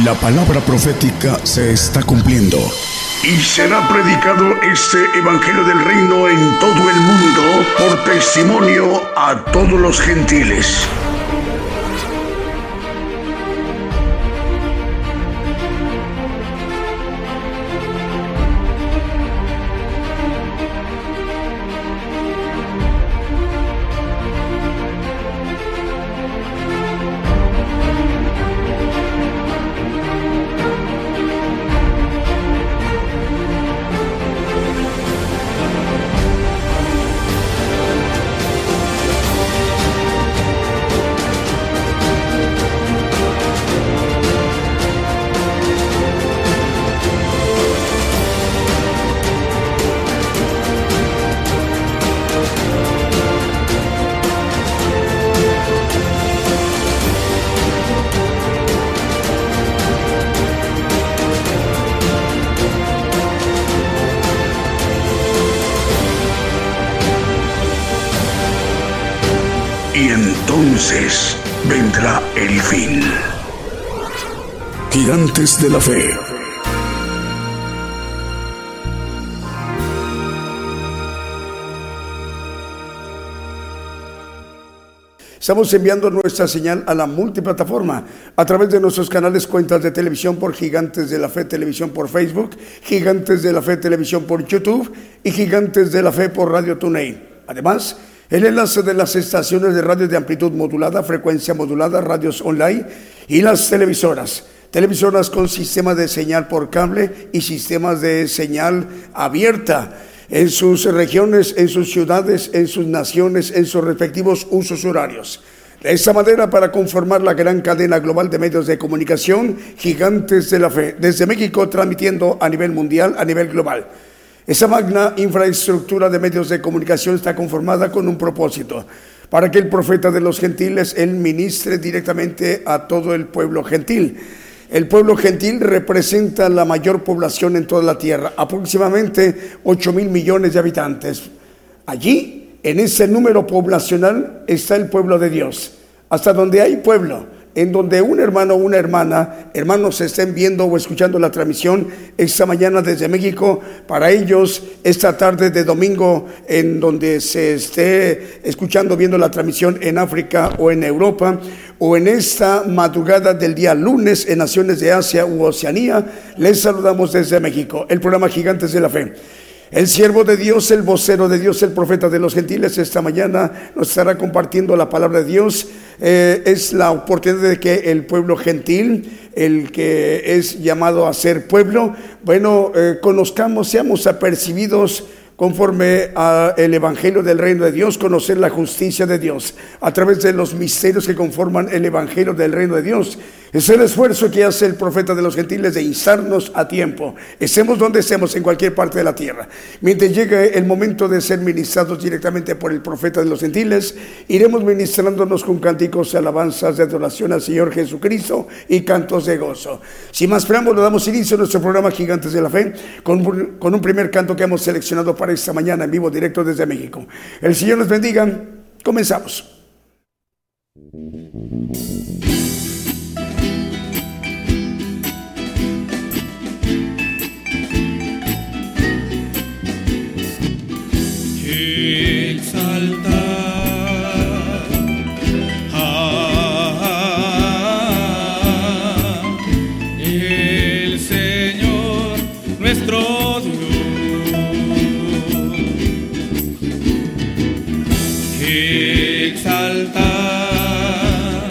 La palabra profética se está cumpliendo. Y será predicado este evangelio del reino en todo el mundo por testimonio a todos los gentiles. Y entonces vendrá el fin. Gigantes de la Fe. Estamos enviando nuestra señal a la multiplataforma a través de nuestros canales, cuentas de televisión por Gigantes de la Fe Televisión por Facebook, Gigantes de la Fe Televisión por YouTube y Gigantes de la Fe por Radio TuneIn. Además, el enlace de las estaciones de radio de amplitud modulada, frecuencia modulada, radios online y las televisoras con sistema de señal por cable y sistemas de señal abierta en sus regiones, en sus ciudades, en sus naciones, en sus respectivos usos horarios. De esta manera, para conformar la gran cadena global de medios de comunicación, Gigantes de la Fe, desde México, transmitiendo a nivel mundial, a nivel global. Esa magna infraestructura de medios de comunicación está conformada con un propósito, para que el profeta de los gentiles, él ministre directamente a todo el pueblo gentil. El pueblo gentil representa la mayor población en toda la tierra, aproximadamente 8,000 millones de habitantes. Allí, en ese número poblacional, está el pueblo de Dios. Hasta donde hay pueblo, en donde un hermano o una hermana, hermanos, estén viendo o escuchando la transmisión esta mañana desde México, para ellos esta tarde de domingo, en donde se esté escuchando, viendo la transmisión en África o en Europa, o en esta madrugada del día lunes en naciones de Asia u Oceanía, les saludamos desde México, el programa Gigantes de la Fe. El siervo de Dios, el vocero de Dios, el profeta de los gentiles, esta mañana nos estará compartiendo la palabra de Dios. Es la oportunidad de que el pueblo gentil, el que es llamado a ser pueblo, conozcamos, seamos apercibidos conforme al evangelio del reino de Dios, conocer la justicia de Dios a través de los misterios que conforman el evangelio del reino de Dios. Es el esfuerzo que hace el profeta de los gentiles de instarnos a tiempo, estemos donde estemos, en cualquier parte de la tierra. Mientras llegue el momento de ser ministrados directamente por el profeta de los gentiles, iremos ministrándonos con cánticos, alabanzas de adoración al Señor Jesucristo y cantos de gozo. Sin más preámbulo, damos inicio a nuestro programa Gigantes de la Fe con un primer canto que hemos seleccionado para esta mañana en vivo directo desde México. El Señor les bendiga. Comenzamos. El Señor nuestro Dios, exaltar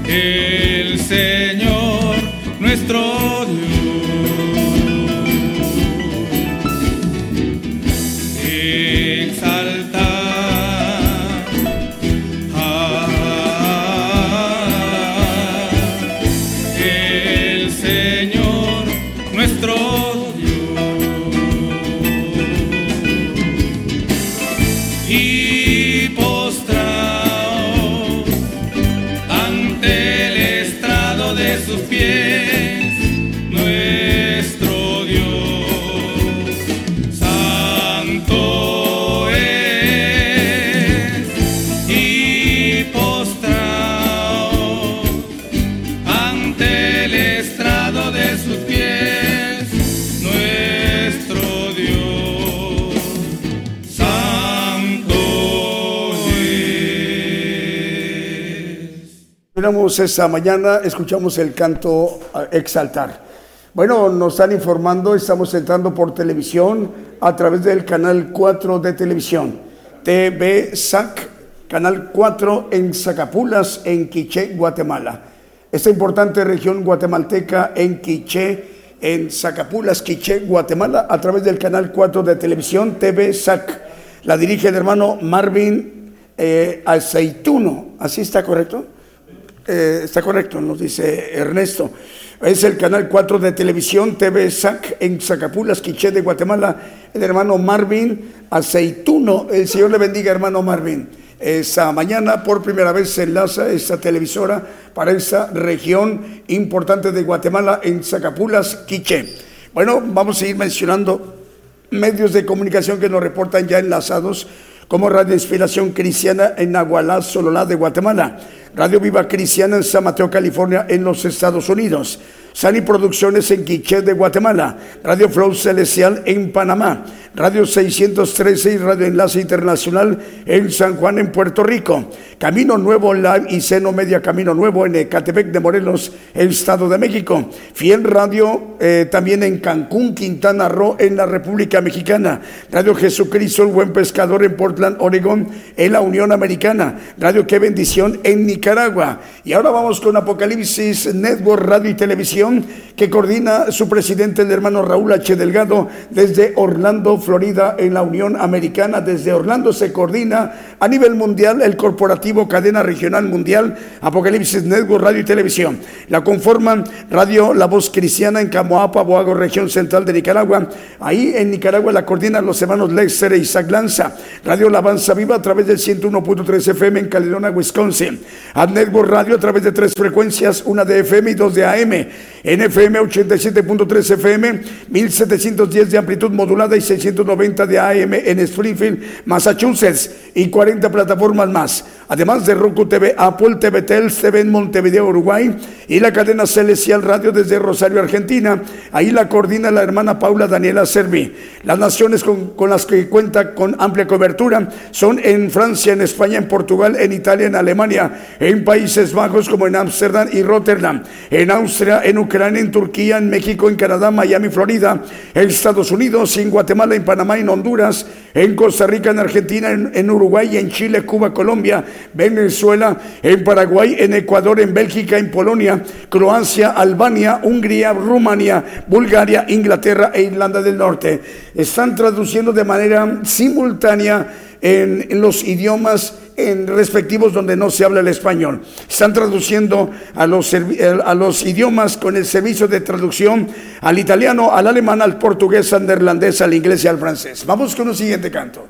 el Señor nuestro Dios. Esta mañana escuchamos el canto Exaltar. Bueno, nos están informando, estamos entrando por televisión a través del canal 4 de televisión, TV SAC, canal 4 en Zacapulas, en Quiché, Guatemala. Esta importante región guatemalteca en Quiché, en Zacapulas, Quiché, Guatemala, a través del canal 4 de televisión, TV SAC. La dirige el hermano Marvin Aceituno, ¿así está correcto? Está correcto, nos dice Ernesto. Es el canal 4 de televisión TV SAC en Zacapulas, Quiché de Guatemala. El hermano Marvin Aceituno. El Señor le bendiga, hermano Marvin. Esa mañana por primera vez se enlaza esta televisora para esta región importante de Guatemala en Zacapulas, Quiché. Bueno, vamos a seguir mencionando medios de comunicación que nos reportan ya enlazados, como Radio Inspiración Cristiana en Nagualá, Sololá de Guatemala, Radio Viva Cristiana en San Mateo, California, en los Estados Unidos, Sani Producciones en Quiché de Guatemala, Radio Flow Celestial en Panamá, Radio 613 y Radio Enlace Internacional en San Juan, en Puerto Rico, Camino Nuevo Live y Seno Media Camino Nuevo en Ecatepec de Morelos, el Estado de México, Fiel Radio también en Cancún, Quintana Roo, en la República Mexicana, Radio Jesucristo el Buen Pescador en Portland, Oregón, en la Unión Americana, Radio Qué Bendición en Nicaragua. Y ahora vamos con Apocalipsis Network Radio y Televisión, que coordina su presidente, el hermano Raúl H. Delgado, desde Orlando, Florida, en la Unión Americana. Desde Orlando se coordina a nivel mundial el corporativo Cadena Regional Mundial Apocalipsis Network Radio y Televisión. La conforman Radio La Voz Cristiana en Camoapa, Boago, región central de Nicaragua. Ahí en Nicaragua la coordinan los hermanos Lexer e Isaac Lanza. Radio Alabanza Viva a través del 101.3 FM en Caledonia, Wisconsin. Ad Network Radio a través de 3 frecuencias, una de FM y 2 de AM. En FM 87.3 FM, 1710 de amplitud modulada y 690 de AM en Springfield, Massachusetts, y 40 plataformas más. Además de Roku TV, Apple TV, Tel TV en Montevideo, Uruguay, y la cadena Celestial Radio desde Rosario, Argentina. Ahí la coordina la hermana Paula Daniela Servi. Las naciones con las que cuenta con amplia cobertura son en Francia, en España, en Portugal, en Italia, en Alemania, en Países Bajos como en Ámsterdam y Rotterdam, en Austria, en Ucrania, en Turquía, en México, en Canadá, Miami, Florida, en Estados Unidos, en Guatemala, en Panamá, en Honduras, en Costa Rica, en Argentina, en Uruguay, en Chile, Cuba, Colombia, Venezuela, en Paraguay, en Ecuador, en Bélgica, en Polonia, Croacia, Albania, Hungría, Rumanía, Bulgaria, Inglaterra e Irlanda del Norte. Están traduciendo de manera simultánea en los idiomas respectivos donde no se habla el español. Están traduciendo a los idiomas con el servicio de traducción al italiano, al alemán, al portugués, al neerlandés, al inglés y al francés. Vamos con un siguiente canto.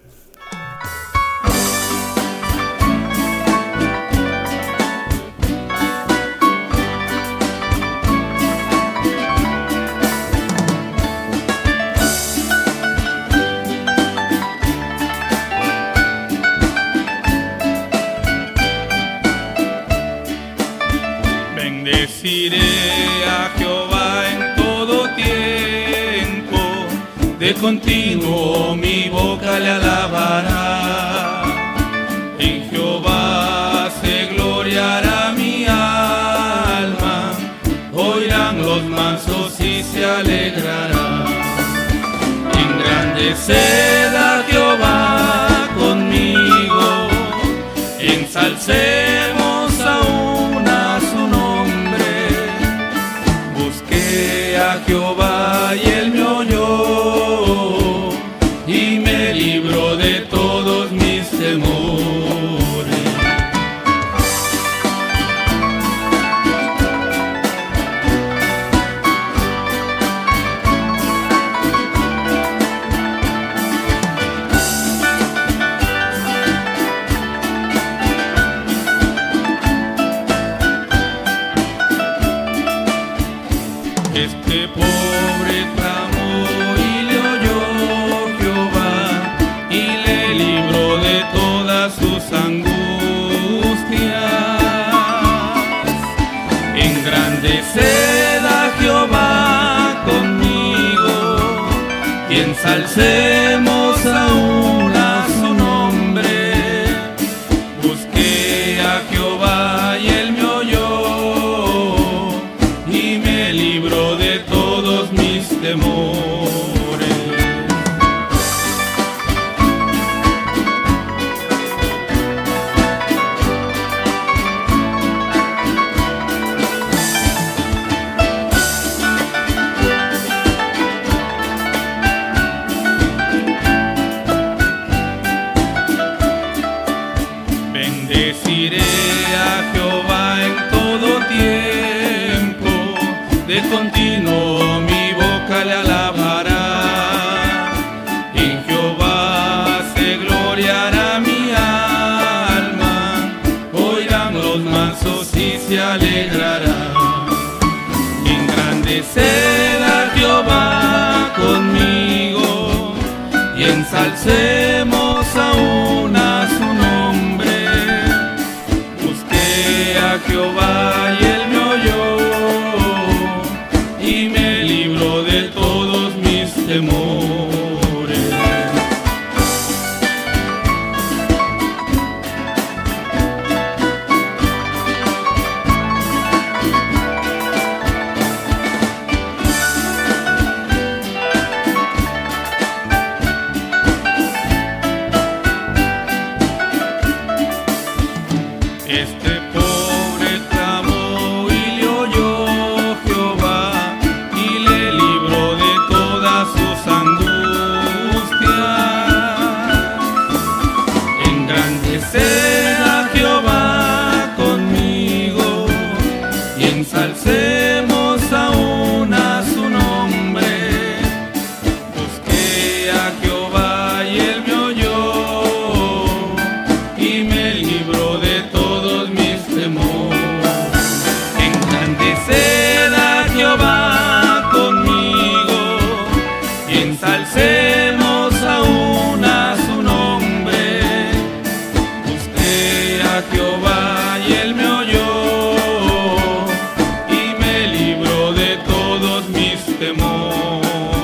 Bendeciré a Jehová en todo tiempo, de continuo mi boca le alabará. En Jehová se gloriará mi alma, oirán los mansos y se alegrarán. Engrandeced a Jehová conmigo, ensalcemos a una Jehová y Él me oyó y me libró de todos mis temores. Este pobre clamó y le oyó Jehová y le libró de todas sus angustias. Engrandeced a Jehová conmigo y ensalcemos aún a su nombre. Busqué a Jehová y Él me oyó y me libró de todos mis temores. Bendeciré a Jehová en todo tiempo, de continuo mi boca le alabará. En Jehová se gloriará mi alma, oirán los mansos y se alegrarán. Engrandeced a Jehová conmigo y ensalcemos aún a su nombre. Busqué a Jehová y Él me oyó y me libró de todos mis temores. Este pobre clamó y le oyó Jehová y le libró de todas sus angustias. Engrandeced a Jehová conmigo y ensalcemos aún a su nombre. Busqué a Jehová y Él me oyó y me libró de todos mis temores. Engrandeced a Jehová conmigo y ensalcemos aún a su nombre. Busqué a Jehová y Él me oyó y me libró de todos mis temores.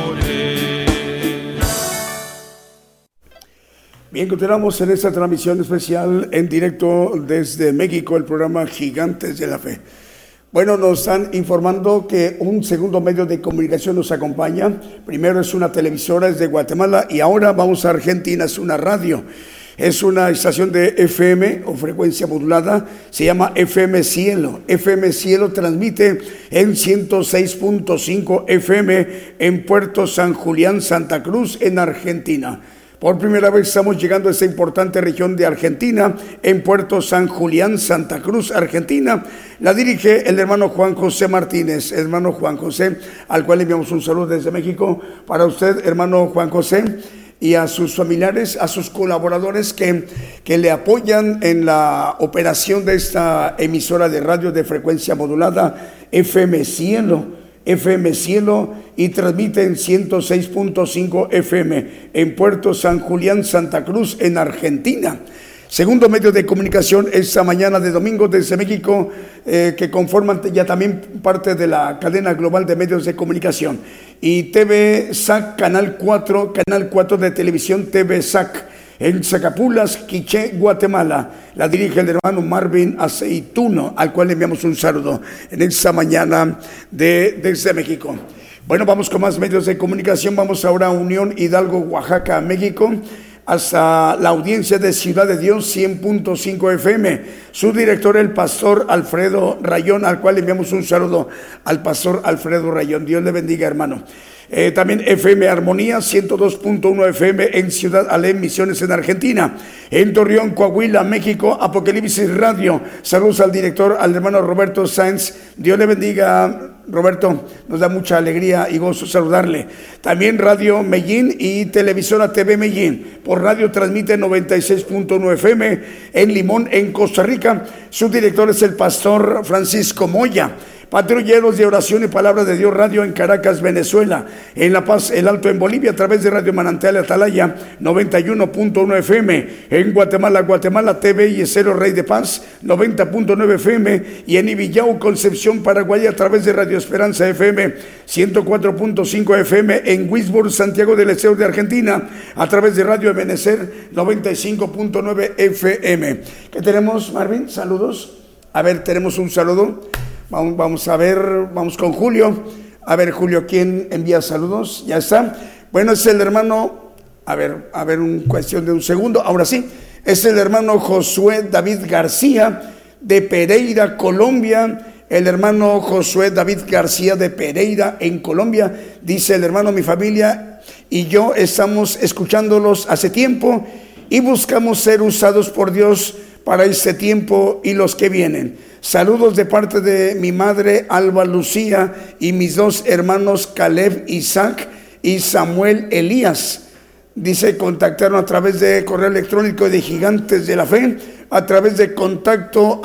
Bien, continuamos en esta transmisión especial en directo desde México, el programa Gigantes de la Fe. Bueno, nos están informando que un segundo medio de comunicación nos acompaña. Primero es una televisora, es de Guatemala, y ahora vamos a Argentina, es una radio. Es una estación de FM o frecuencia modulada, se llama FM Cielo. FM Cielo transmite en 106.5 FM en Puerto San Julián, Santa Cruz, en Argentina. Por primera vez estamos llegando a esta importante región de Argentina, en Puerto San Julián, Santa Cruz, Argentina. La dirige el hermano Juan José Martínez, hermano Juan José, al cual le enviamos un saludo desde México para usted, hermano Juan José, y a sus familiares, a sus colaboradores que le apoyan en la operación de esta emisora de radio de frecuencia modulada, FM Cielo, y transmite en 106.5 FM en Puerto San Julián, Santa Cruz, en Argentina. Segundo medio de comunicación esta mañana de domingo desde México, que conforman ya también parte de la cadena global de medios de comunicación. Y TV SAC, Canal 4 de televisión TV SAC, en Zacapulas, Quiché, Guatemala. La dirige el hermano Marvin Aceituno, al cual le enviamos un saludo en esta mañana desde México. Bueno, vamos con más medios de comunicación. Vamos ahora a Unión Hidalgo, Oaxaca, México. hasta la audiencia de Ciudad de Dios 100.5 FM. Su director, el pastor Alfredo Rayón, al cual le enviamos un saludo al pastor Alfredo Rayón. Dios le bendiga, hermano. También FM Armonía 102.1 FM en Ciudad Alem, Misiones en Argentina. En Torreón, Coahuila, México, Apocalipsis Radio. Saludos al director, al hermano Roberto Sáenz. Dios le bendiga, Roberto. Nos da mucha alegría y gozo saludarle. También Radio Medellín y Televisora TV Medellín. Por radio transmite 96.1 FM en Limón, en Costa Rica. Su director es el pastor Francisco Moya. Patrulleros de Oración y Palabra de Dios Radio en Caracas, Venezuela. En La Paz, El Alto en Bolivia, a través de Radio Manantial Atalaya 91.1 FM. En Guatemala, Guatemala TV y Cero Rey de Paz 90.9 FM. Y en Ibillao, Concepción, Paraguay, a través de Radio Esperanza FM 104.5 FM. En Wisborne, Santiago del Estero de Argentina, a través de Radio Amanecer 95.9 FM. ¿Qué tenemos, Marvin? Saludos. A ver, tenemos un saludo. Vamos a ver, vamos con Julio. A ver, Julio, ¿quién envía saludos? Ya está. Bueno, es el hermano, a ver, un cuestión de un segundo. Ahora sí, es el hermano Josué David García de Pereira, Colombia. El hermano Josué David García de Pereira, en Colombia. Dice el hermano: mi familia y yo estamos escuchándolos hace tiempo y buscamos ser usados por Dios para este tiempo y los que vienen. Saludos de parte de mi madre Alba Lucía y mis dos hermanos Caleb Isaac y Samuel Elías. Dice, contactaron a través de correo electrónico de Gigantes de la Fe, a través de contacto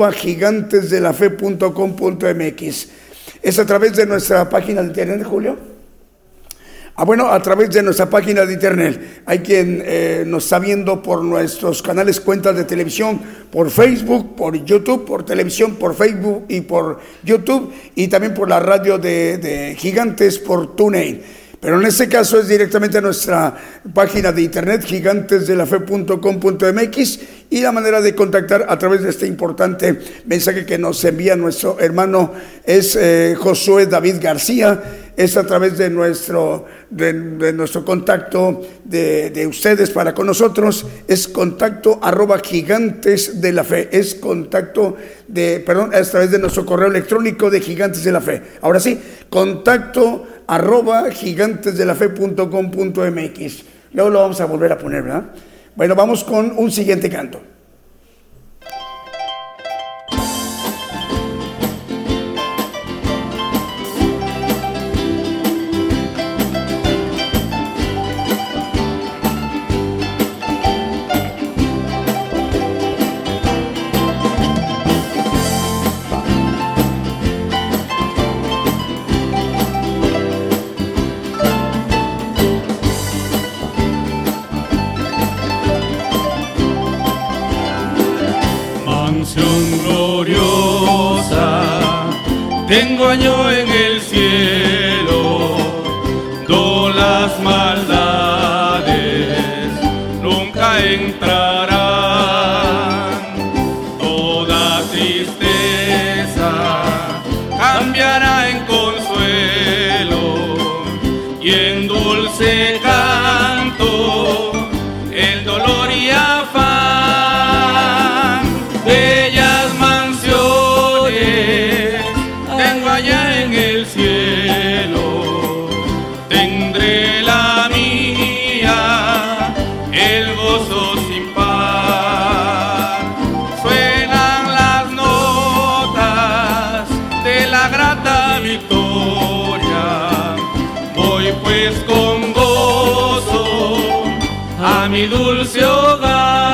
@gigantesdelafe.com.mx. Es a través de nuestra página de internet, Julio. Bueno, a través de nuestra página de internet. Hay quien nos está viendo por nuestros canales, cuentas de televisión, por Facebook, por YouTube, por televisión, por Facebook y por YouTube, y también por la radio de Gigantes, por TuneIn. Pero en este caso es directamente a nuestra página de internet, gigantesdelafe.com.mx, y la manera de contactar a través de este importante mensaje que nos envía nuestro hermano es Josué David García. Es a través de nuestro contacto de ustedes para con nosotros. Es contacto @Gigantes de la Fe. Es contacto es a través de nuestro correo electrónico de Gigantes de la Fe. Ahora sí, contacto @gigantesdelafe.com.mx. Luego lo vamos a volver a poner, ¿verdad? Bueno, vamos con un siguiente canto. Tengo yo en el cielo, las maldades nunca entrarán. Toda tristeza cambiará en consuelo y en dulce canto el dolor y afán. Bellas mansiones tengo allá en el cielo, tendré la mía, el gozo sin par. Suenan las notas de la grata victoria, voy pues con gozo a mi dulce hogar.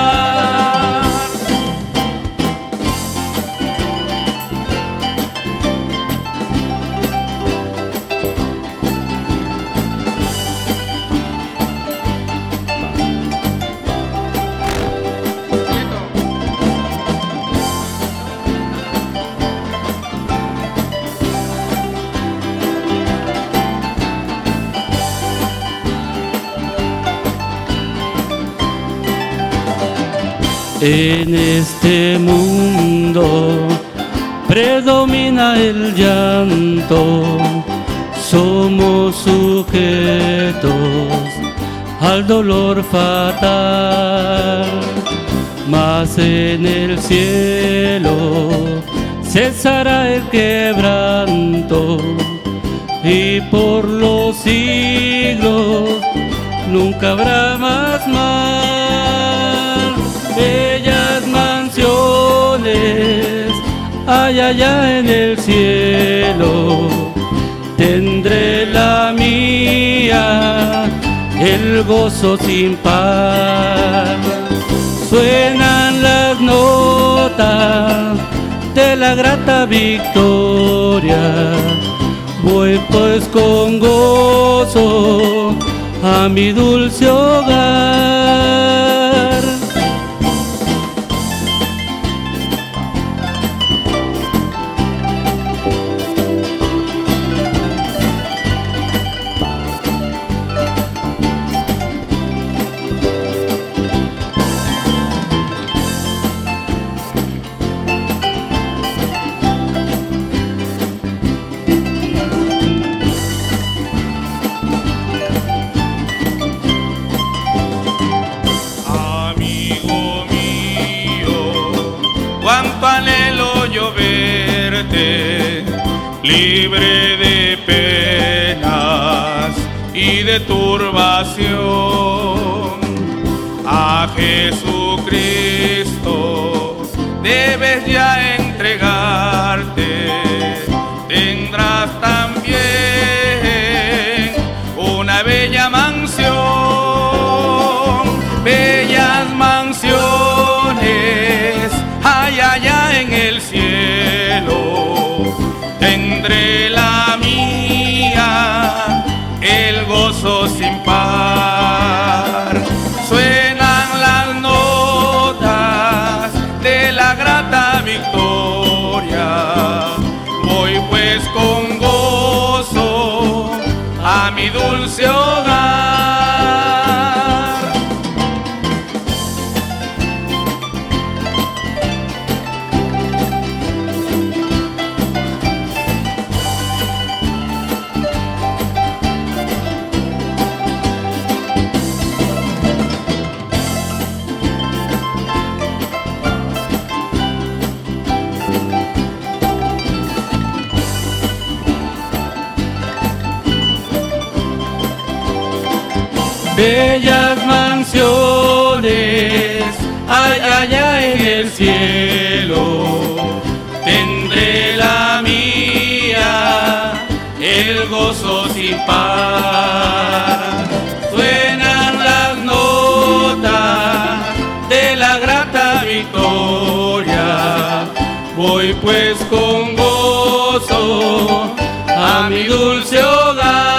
En este mundo predomina el llanto, somos sujetos al dolor fatal. Mas en el cielo cesará el quebranto, y por los siglos nunca habrá más mal. Bellas mansiones hay allá en el cielo, tendré la mía, el gozo sin par. Suenan las notas de la grata victoria, voy pues con gozo a mi dulce hogar. Libre de penas y de turbación, a Jesucristo debes ya entregarte. Tendrás también una bella mansión, bellas mansiones hay allá en el cielo. Tendré la mía, el gozo sin par. Suenan las notas de la grata victoria, voy pues con gozo a mi dulce hogar. Bellas mansiones hay allá en el cielo, tendré la mía, el gozo sin par. Suenan las notas de la grata victoria, voy pues con gozo a mi dulce hogar.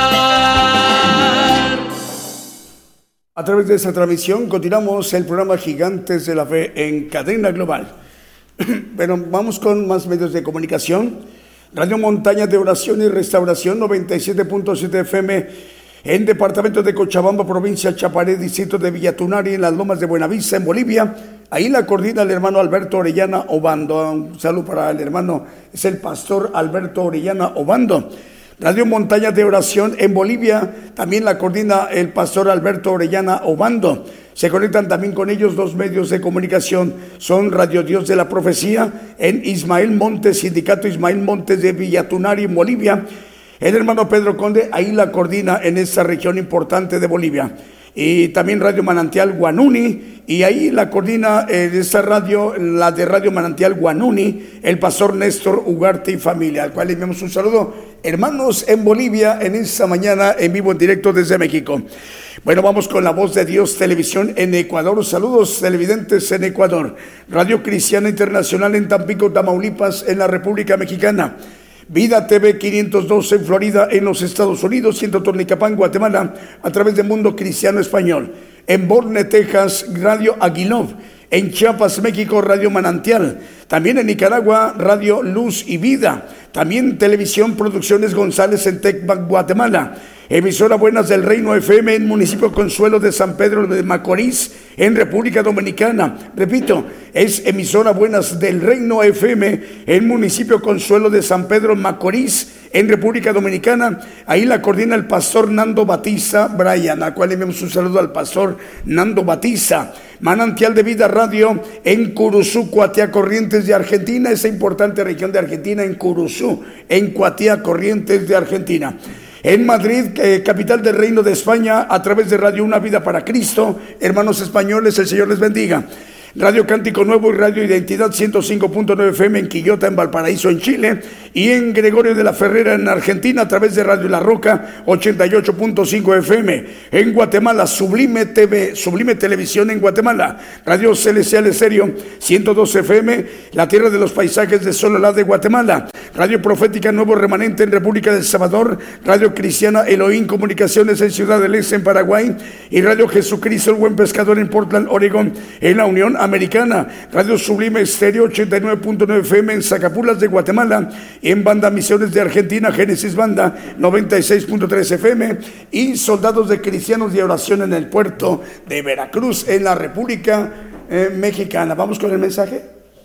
A través de esta transmisión continuamos el programa Gigantes de la Fe en cadena global. Bueno, vamos con más medios de comunicación. Radio Montaña de Oración y Restauración, 97.7 FM en departamento de Cochabamba, provincia Chaparé, distrito de Villatunari, en las Lomas de Buenavista, en Bolivia. Ahí la coordina el hermano Alberto Orellana Obando. Un saludo para el hermano, es el pastor Alberto Orellana Obando. Radio Montaña de Oración en Bolivia, también la coordina el pastor Alberto Orellana Obando. Se conectan también con ellos dos medios de comunicación, son Radio Dios de la Profecía en Ismael Montes, Sindicato Ismael Montes de Villatunari, en Bolivia. El hermano Pedro Conde, ahí la coordina en esta región importante de Bolivia. Y también Radio Manantial Guanuni, y ahí la coordina esta radio, la de Radio Manantial Guanuni, el pastor Néstor Ugarte y familia, al cual le enviamos un saludo, hermanos en Bolivia, en esta mañana en vivo, en directo desde México. Bueno, vamos con La Voz de Dios Televisión en Ecuador. Saludos televidentes en Ecuador. Radio Cristiana Internacional en Tampico, Tamaulipas, en la República Mexicana. Vida TV 512 en Florida, en los Estados Unidos, y en Totonicapán, Guatemala, a través de Mundo Cristiano Español. En Borne, Texas, Radio Aguilov. En Chiapas, México, Radio Manantial. También en Nicaragua, Radio Luz y Vida. También Televisión Producciones González en Tecmac, Guatemala. Emisora Buenas del Reino FM en municipio Consuelo de San Pedro de Macorís, en República Dominicana. Repito, es emisora Buenas del Reino FM en municipio Consuelo de San Pedro Macorís, en República Dominicana. Ahí la coordina el pastor Nando Batiza Brian, al cual le enviamos un saludo al pastor Nando Batiza. Manantial de Vida Radio en Curuzú, Cuatía, Corrientes de Argentina, esa importante región de Argentina, en Curuzú, en Cuatía, Corrientes de Argentina. En Madrid, capital del Reino de España, a través de Radio Una Vida para Cristo. Hermanos españoles, el Señor les bendiga. Radio Cántico Nuevo y Radio Identidad 105.9 FM en Quillota, en Valparaíso, en Chile, y en Gregorio de la Ferrera, en Argentina, a través de Radio La Roca 88.5 FM. En Guatemala, Sublime TV, Sublime Televisión en Guatemala. Radio Celestial Estéreo 112 FM, la tierra de los paisajes de Soledad de Guatemala. Radio Profética Nuevo Remanente en República del Salvador. Radio Cristiana Elohim Comunicaciones en Ciudad del Este, en Paraguay. Y Radio Jesucristo el Buen Pescador en Portland, Oregon, en la Unión Americana. Radio Sublime Estéreo 89.9 FM en Zacapulas de Guatemala. En Banda Misiones de Argentina, Génesis Banda 96.3 FM. Y Soldados de Cristianos de Oración en el puerto de Veracruz, en la República Mexicana. ¿Vamos con el mensaje?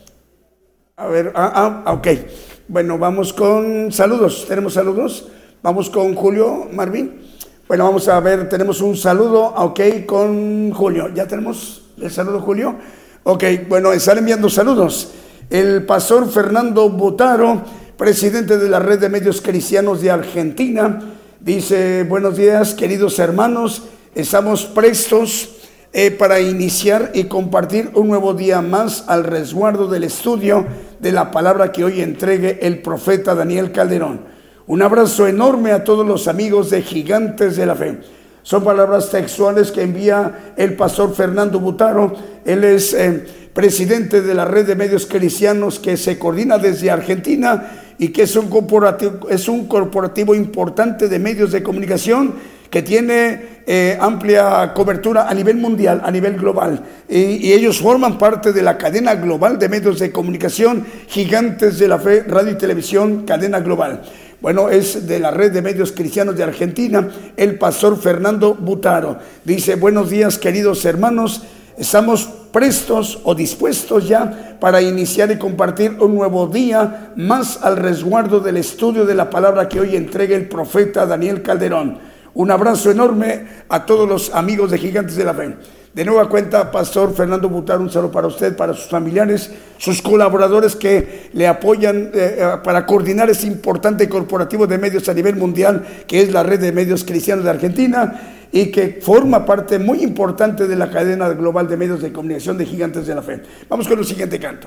A ver, ok. Bueno, vamos con saludos. ¿Tenemos saludos? Vamos con Julio Marvin. Bueno, vamos a ver, tenemos un saludo, ok, con Julio. ¿Ya tenemos el saludo, Julio? Ok, bueno, están enviando saludos. El pastor Fernando Butaro, presidente de la Red de Medios Cristianos de Argentina, dice: buenos días, queridos hermanos, estamos prestos para iniciar y compartir un nuevo día más al resguardo del estudio de la palabra que hoy entregue el profeta Daniel Calderón. Un abrazo enorme a todos los amigos de Gigantes de la Fe. Son palabras textuales que envía el pastor Fernando Butaro. Él es presidente de la Red de Medios Cristianos, que se coordina desde Argentina y que es un corporativo importante de medios de comunicación que tiene amplia cobertura a nivel mundial, a nivel global. Y ellos forman parte de la cadena global de medios de comunicación, Gigantes de la Fe, Radio y Televisión, cadena global. Bueno, es de la Red de Medios Cristianos de Argentina, el pastor Fernando Butaro. Dice: buenos días, queridos hermanos, estamos prestos o dispuestos ya para iniciar y compartir un nuevo día más al resguardo del estudio de la palabra que hoy entrega el profeta Daniel Calderón. Un abrazo enorme a todos los amigos de Gigantes de la Fe. De nueva cuenta, pastor Fernando Butaro, un saludo para usted, para sus familiares, sus colaboradores que le apoyan para coordinar este importante corporativo de medios a nivel mundial, que es la Red de Medios Cristianos de Argentina, y que forma parte muy importante de la cadena global de medios de comunicación de Gigantes de la Fe. Vamos con el siguiente canto.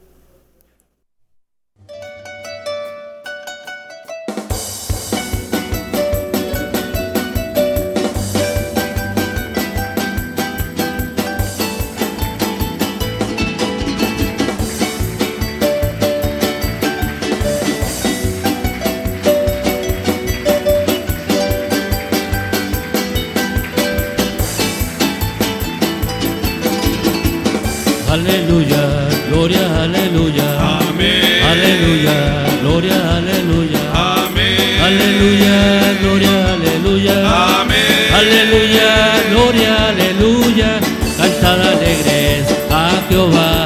Aleluya, gloria, aleluya. Amén. Aleluya, gloria, aleluya. Amén. Aleluya, gloria, aleluya. Amén. Aleluya, gloria, aleluya. Cantad alegres a Jehová,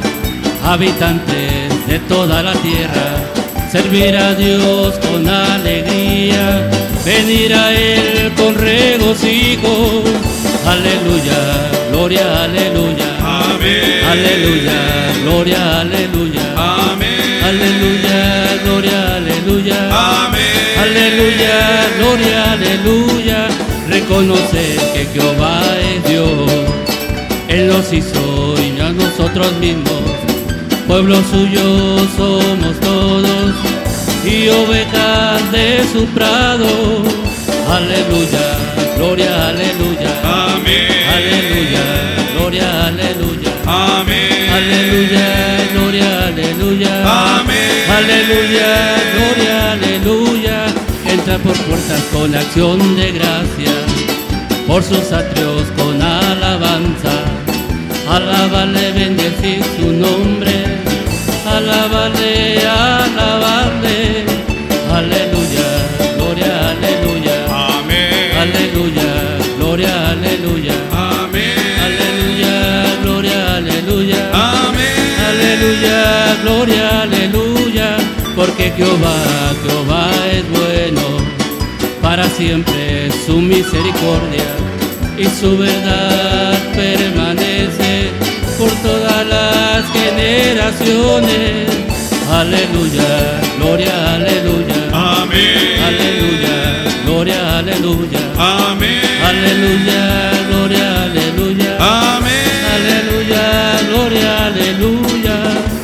habitantes de toda la tierra. Servir a Dios con alegría, venir a Él con regocijo. Aleluya, gloria, aleluya. Amén. Aleluya, gloria, aleluya. Amén. Aleluya, gloria, aleluya. Amén. Aleluya, gloria, aleluya. Reconocer que Jehová es Dios. Él nos hizo y no a nosotros mismos. Pueblo suyo somos todos y ovejas de su prado. Aleluya, gloria, aleluya. Amén. Aleluya, gloria, aleluya. Amén. Aleluya, gloria, aleluya. Amén. Aleluya, gloria, aleluya. Entra por puertas con acción de gracia, por sus atrios con alabanza. Alabarle, bendecir su nombre. Alabarle, alabarle. Aleluya, gloria, aleluya. Amén. Aleluya, gloria, aleluya. Amén. Aleluya, gloria, aleluya. Amén. Aleluya, gloria, aleluya. porque Jehová es bueno, para siempre su misericordia y su verdad permanece por todas las generaciones. Aleluya, gloria, aleluya. Amén. Aleluya, gloria, aleluya. Amén. Aleluya, gloria, aleluya. Amén. Aleluya, gloria, aleluya.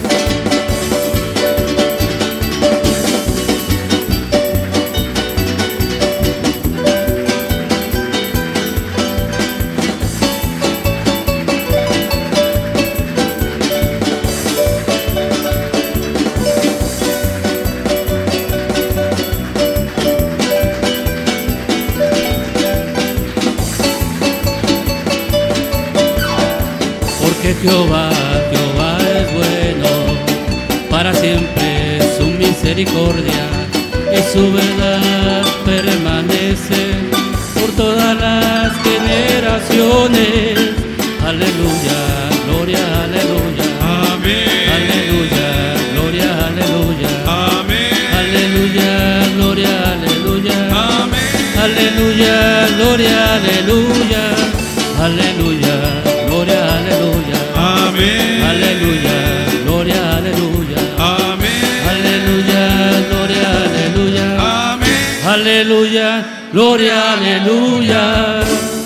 Jehová es bueno, para siempre su misericordia y su verdad permanece por todas las generaciones. Aleluya, gloria, aleluya. Amén. Aleluya, gloria, aleluya. Amén. Aleluya, gloria, aleluya. Amén. Aleluya, gloria, aleluya. Aleluya, gloria, aleluya. Amén. Aleluya, gloria, aleluya. Amén. Aleluya, gloria, aleluya. Amén. Aleluya, gloria, aleluya.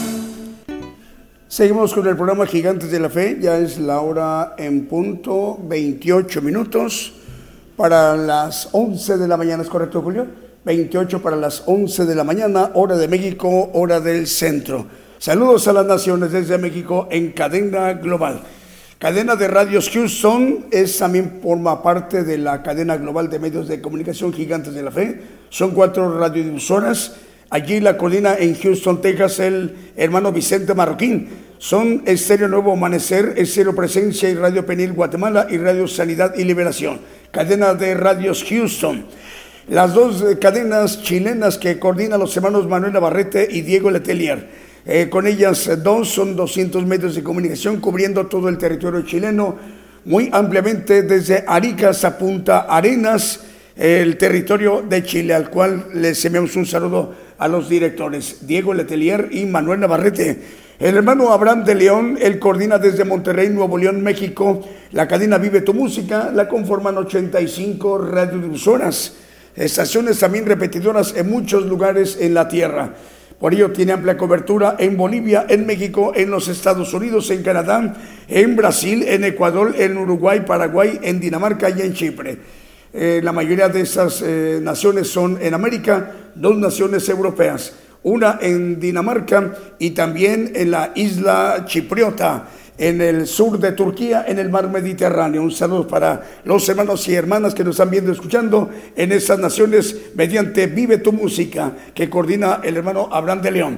Seguimos con el programa Gigantes de la Fe. Ya es la hora en punto, 28 minutos para las 11 de la mañana. ¿Es correcto, Julio? 28 para las 11 de la mañana, hora de México, hora del centro. Saludos a las naciones desde México en cadena global. Cadena de Radios Houston también forma parte de la cadena global de medios de comunicación Gigantes de la Fe. Son 4 radiodifusoras. Allí la coordina en Houston, Texas, el hermano Vicente Marroquín. Son Estéreo Nuevo Amanecer, Estéreo Presencia y Radio Penil Guatemala y Radio Sanidad y Liberación. Cadena de Radios Houston. Las 2 cadenas chilenas que coordinan los hermanos Manuel Navarrete y Diego Letelier. Con ellas 2 son 200 medios de comunicación cubriendo todo el territorio chileno, muy ampliamente desde Arica a Punta Arenas, el territorio de Chile, al cual les enviamos un saludo a los directores, Diego Letelier y Manuel Navarrete. El hermano Abraham de León, él coordina desde Monterrey, Nuevo León, México, la cadena Vive tu Música, la conforman 85 radiodifusoras, estaciones también repetidoras en muchos lugares en la tierra. Por ello tiene amplia cobertura en Bolivia, en México, en los Estados Unidos, en Canadá, en Brasil, en Ecuador, en Uruguay, Paraguay, en Dinamarca y en Chipre. La mayoría de esas naciones son en América, 2 naciones europeas, una en Dinamarca y también en la isla chipriota, en el sur de Turquía, en el mar Mediterráneo. Un saludo para los hermanos y hermanas que nos están viendo y escuchando en estas naciones mediante Vive tu Música, que coordina el hermano Abraham de León.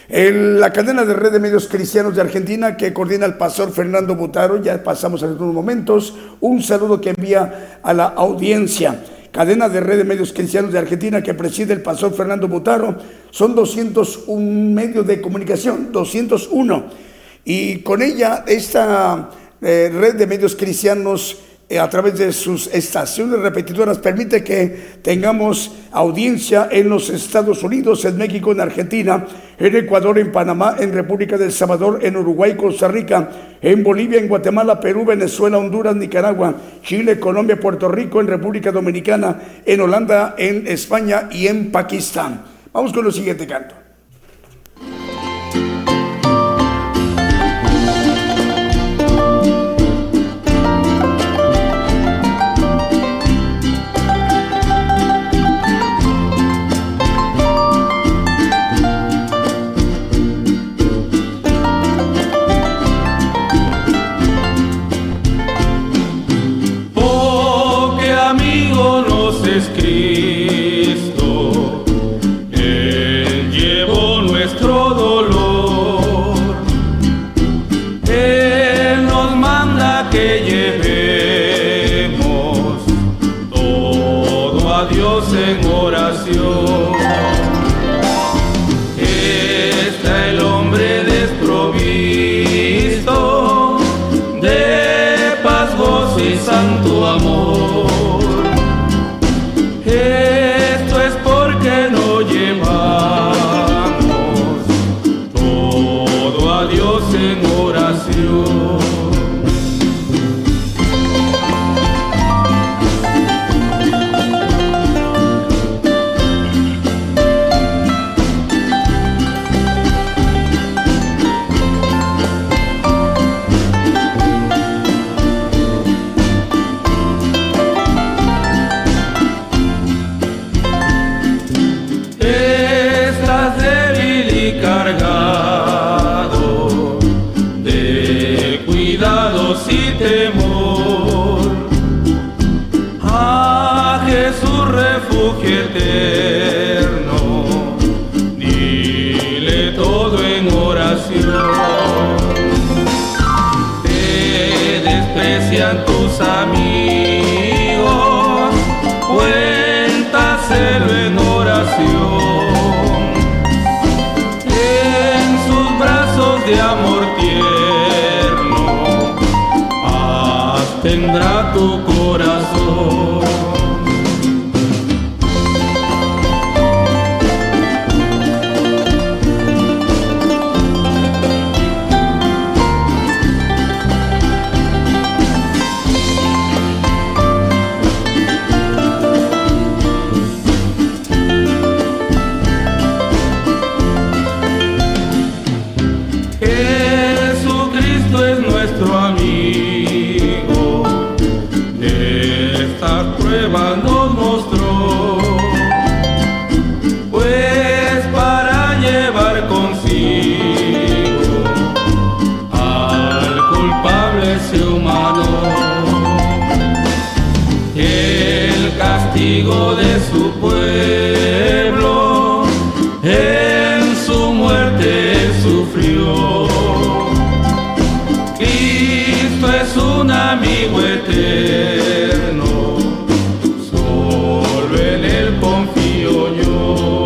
La cadena de red de medios cristianos de Argentina, que coordina el pastor Fernando Butaro, ya pasamos en algunos momentos, un saludo que envía a la audiencia. Cadena de red de medios cristianos de Argentina que preside el pastor Fernando Butaro, son 201 medios de comunicación, 201. Y con ella, esta red de medios cristianos, a través de sus estaciones repetidoras, permite que tengamos audiencia en los Estados Unidos, en México, en Argentina, en Ecuador, en Panamá, en República del Salvador, en Uruguay, Costa Rica, en Bolivia, en Guatemala, Perú, Venezuela, Honduras, Nicaragua, Chile, Colombia, Puerto Rico, en República Dominicana, en Holanda, en España y en Pakistán. Vamos con el siguiente canto. Cristo, Él llevó nuestro dolor, Él nos manda que llevemos todo a Dios en oración. Está el hombre desprovisto de paz, gozo y santo amor. Esto es porque no llevamos todo a Dios en oración. Eterno, dile todo en oración. Te desprecian tus amigos, cuéntaselo en oración. En sus brazos de amor tierno, paz tendrá tu corazón. Nos mostró, pues para llevar consigo al culpable se humanó. El castigo de su pueblo en su muerte sufrió. Cristo es un amigo eterno, en él confío yo.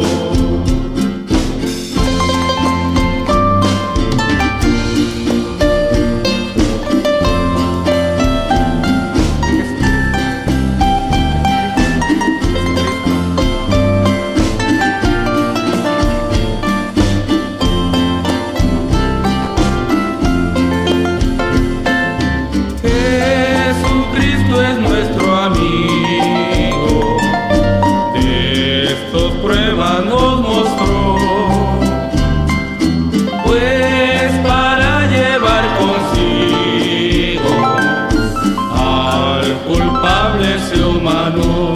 Jesucristo es nuestro amigo, prueba nos mostró, pues para llevar consigo al culpable se humanó.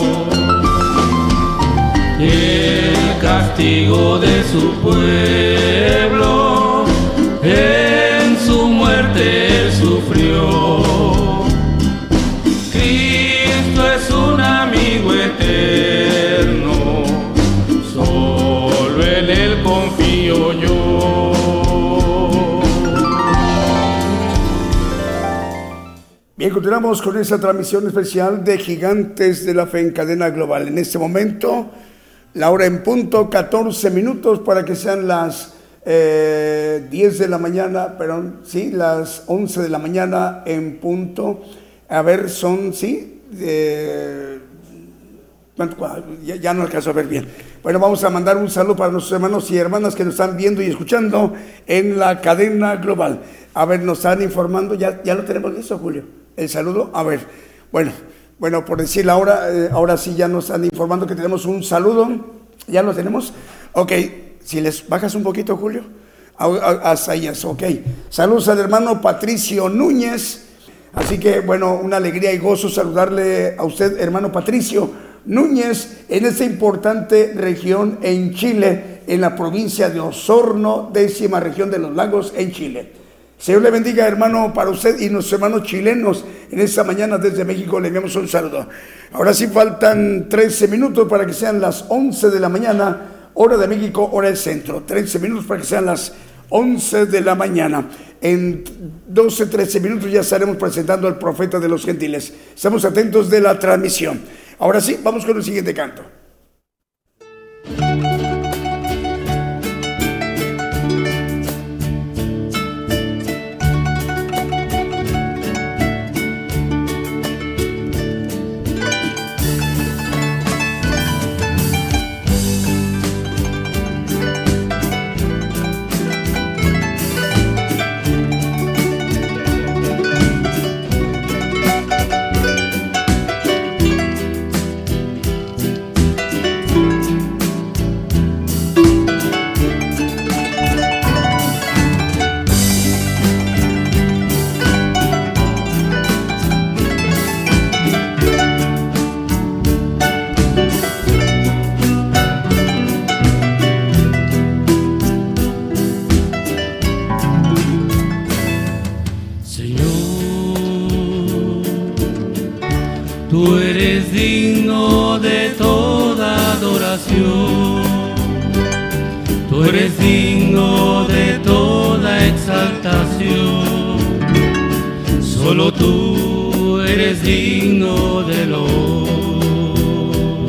El castigo de su pueblo en su muerte él sufrió. Cristo es un amigo eterno, solo en él confío yo. Bien, continuamos con esta transmisión especial de Gigantes de la Fe en cadena global. En este momento, la hora en punto, 14 minutos para que sean las 10 de la mañana, perdón, sí, las 11 de la mañana en punto. A ver, son, sí, ya no alcanzo a ver bien. Bueno, vamos a mandar un saludo para nuestros hermanos y hermanas que nos están viendo y escuchando en la cadena global. A ver, nos están informando, ya lo tenemos listo, Julio, el saludo. A ver, bueno, por decir la hora, ahora sí ya nos están informando que tenemos un saludo. ¿Ya lo tenemos? Ok, si les bajas un poquito, Julio, hasta ahí es, ok. Saludos al hermano Patricio Núñez. Así que, bueno, una alegría y gozo saludarle a usted, hermano Patricio Núñez, en esta importante región en Chile, en la provincia de Osorno, 10ª región de los Lagos en Chile. Señor le bendiga, hermano, para usted y nuestros hermanos chilenos. En esta mañana desde México le enviamos un saludo. Ahora sí faltan 13 minutos para que sean las 11 de la mañana, hora de México, hora del centro. 13 minutos para que sean las 11 de la mañana. En 12, 13 minutos ya estaremos presentando al profeta de los gentiles. Estamos atentos de la transmisión. Ahora sí, vamos con el siguiente canto. digno de toda adoración. Tú eres digno de toda exaltación. Solo tú eres digno del honor.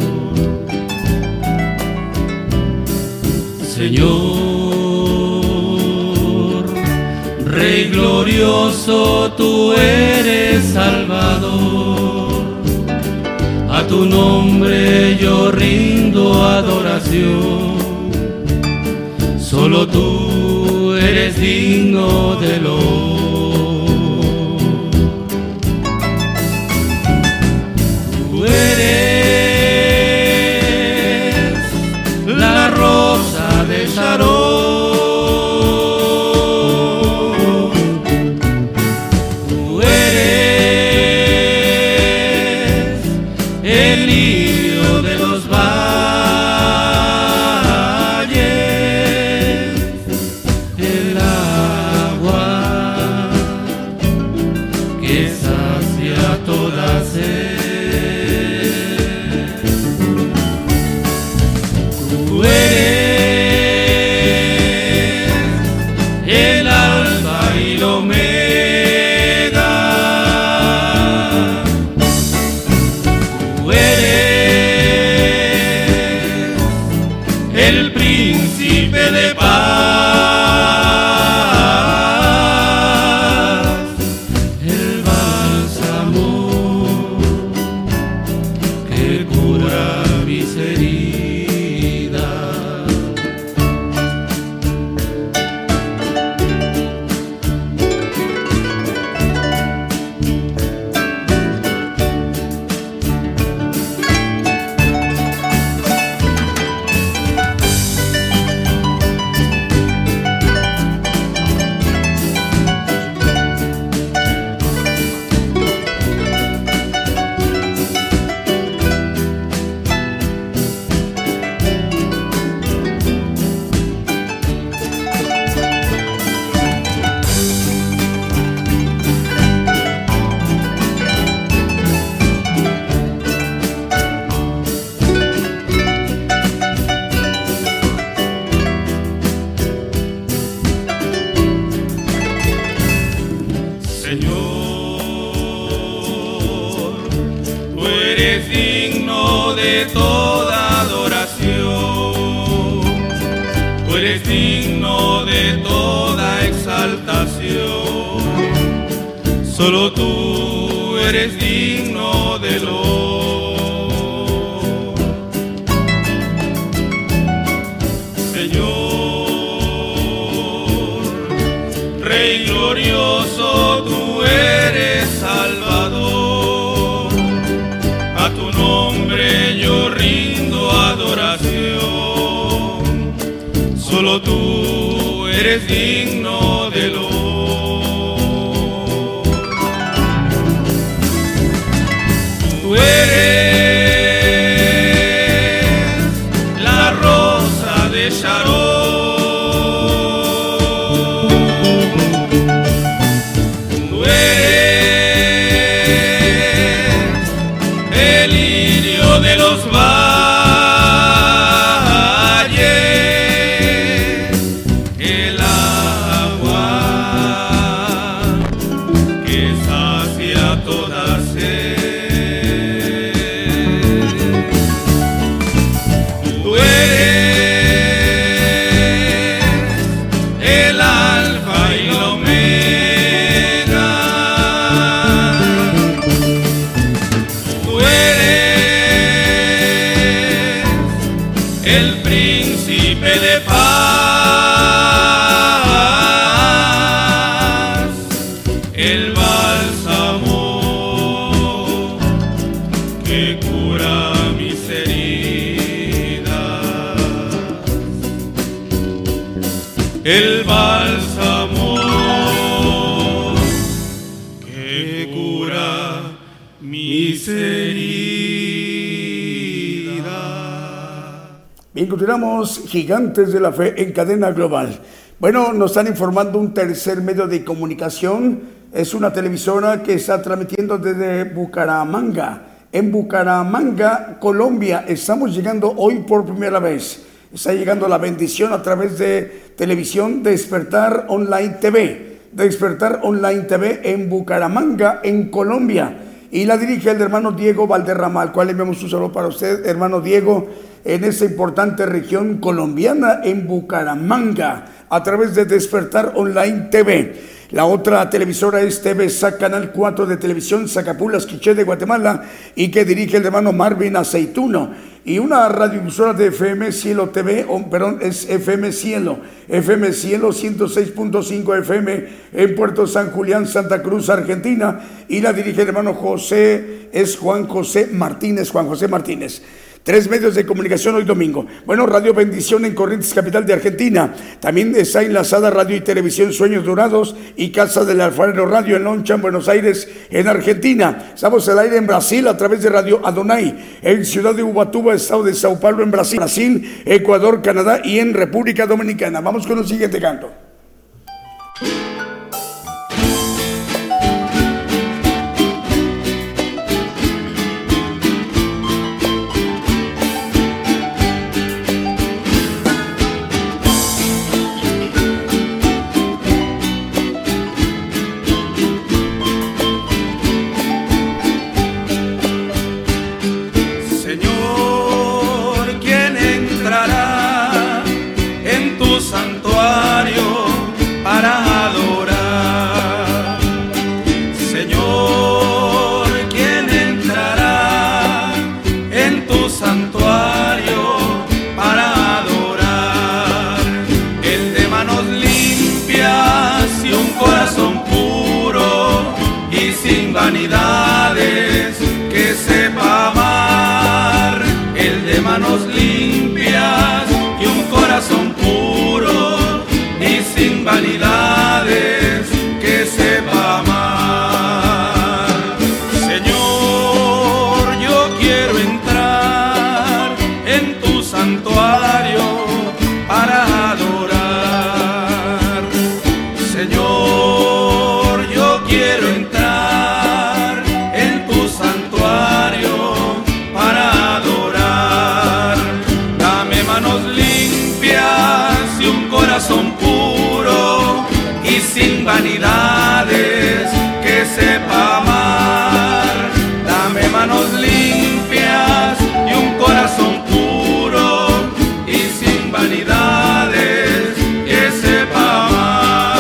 Señor, Rey glorioso, tú eres Salvador. A tu nombre yo rindo adoración. Solo tú eres digno del honor. Tú eres la rosa de Sharon. Tú eres el lirio de los valles, el agua que sacia toda sed. Tú eres el alfa y la omega. Tú eres el príncipe de paz, el bálsamo que cura mis heridas. Señor, tú eres digno de toda adoración. Tú eres digno de toda exaltación. Solo tú eres digno del honor. Señor, Rey glorioso, tú eres Salvador. A tu nombre yo rindo adoración. Solo tú eres digno del honor. Tú eres la rosa de Sharon. Tú eres el lirio de los valles, el agua que sacia toda sed. Tú eres el alfa y la omega. Tú eres el príncipe de paz, el bálsamo que cura mis heridas, el bálsamo que cura mis heridas. Bien, continuamos, Gigantes de la Fe en cadena global. Bueno, nos están informando un tercer medio de comunicación. Es una televisora que está transmitiendo desde Bucaramanga, en Bucaramanga, Colombia. Estamos llegando hoy por primera vez. Está llegando la bendición a través de televisión Despertar Online TV. Despertar Online TV en Bucaramanga, en Colombia. Y la dirige el hermano Diego Valderrama, al cual enviamos un saludo para usted, hermano Diego, en esta importante región colombiana, en Bucaramanga, a través de Despertar Online TV. La otra televisora es TVSA, Canal 4 de televisión, Zacapulas, Quiché de Guatemala, y que dirige el hermano Marvin Aceituno. Y una radiodifusora de FM Cielo TV, es FM Cielo 106.5 FM en Puerto San Julián, Santa Cruz, Argentina, y la dirige el hermano Juan José Martínez. 3 medios de comunicación hoy domingo. Bueno, Radio Bendición en Corrientes, capital de Argentina. También está enlazada Radio y Televisión Sueños Dorados y Casa del Alfarero Radio en Loncha, en Buenos Aires, en Argentina. Estamos al aire en Brasil a través de Radio Adonai, en Ciudad de Ubatuba, estado de Sao Paulo, en Brasil, Ecuador, Canadá y en República Dominicana. Vamos con el siguiente canto. Vanidades, que sepa amar, el de manos limpias y un corazón puro y sin vanidades, que sepa amar. Señor, yo quiero entrar en tu santuario para adorar. Señor, yo quiero entrar corazón puro y sin vanidades, que sepa amar. Dame manos limpias y un corazón puro y sin vanidades, que sepa amar.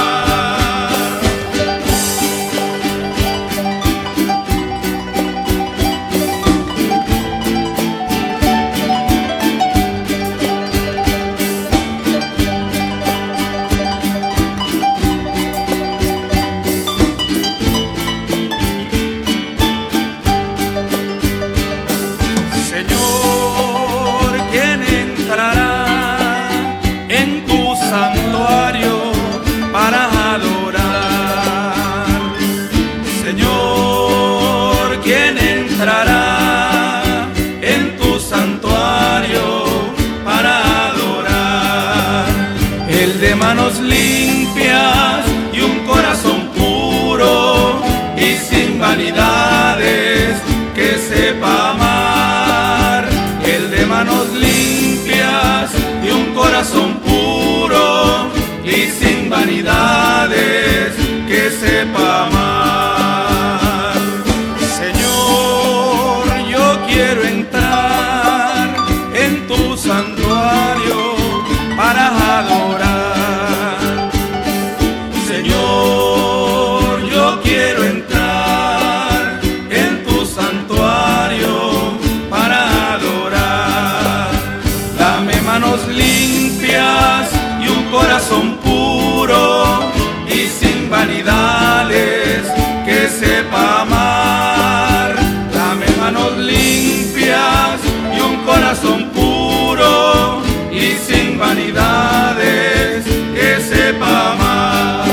Manos limpias y un corazón puro y sin vanidades, que sepa amar. El de manos limpias y un corazón puro y sin vanidades, que sepa amar. Señor, yo quiero entrar en tu santuario para adorar. Quiero entrar en tu santuario para adorar. Dame manos limpias y un corazón puro y sin vanidades, que sepa amar. Dame manos limpias y un corazón puro y sin vanidades, que sepa amar.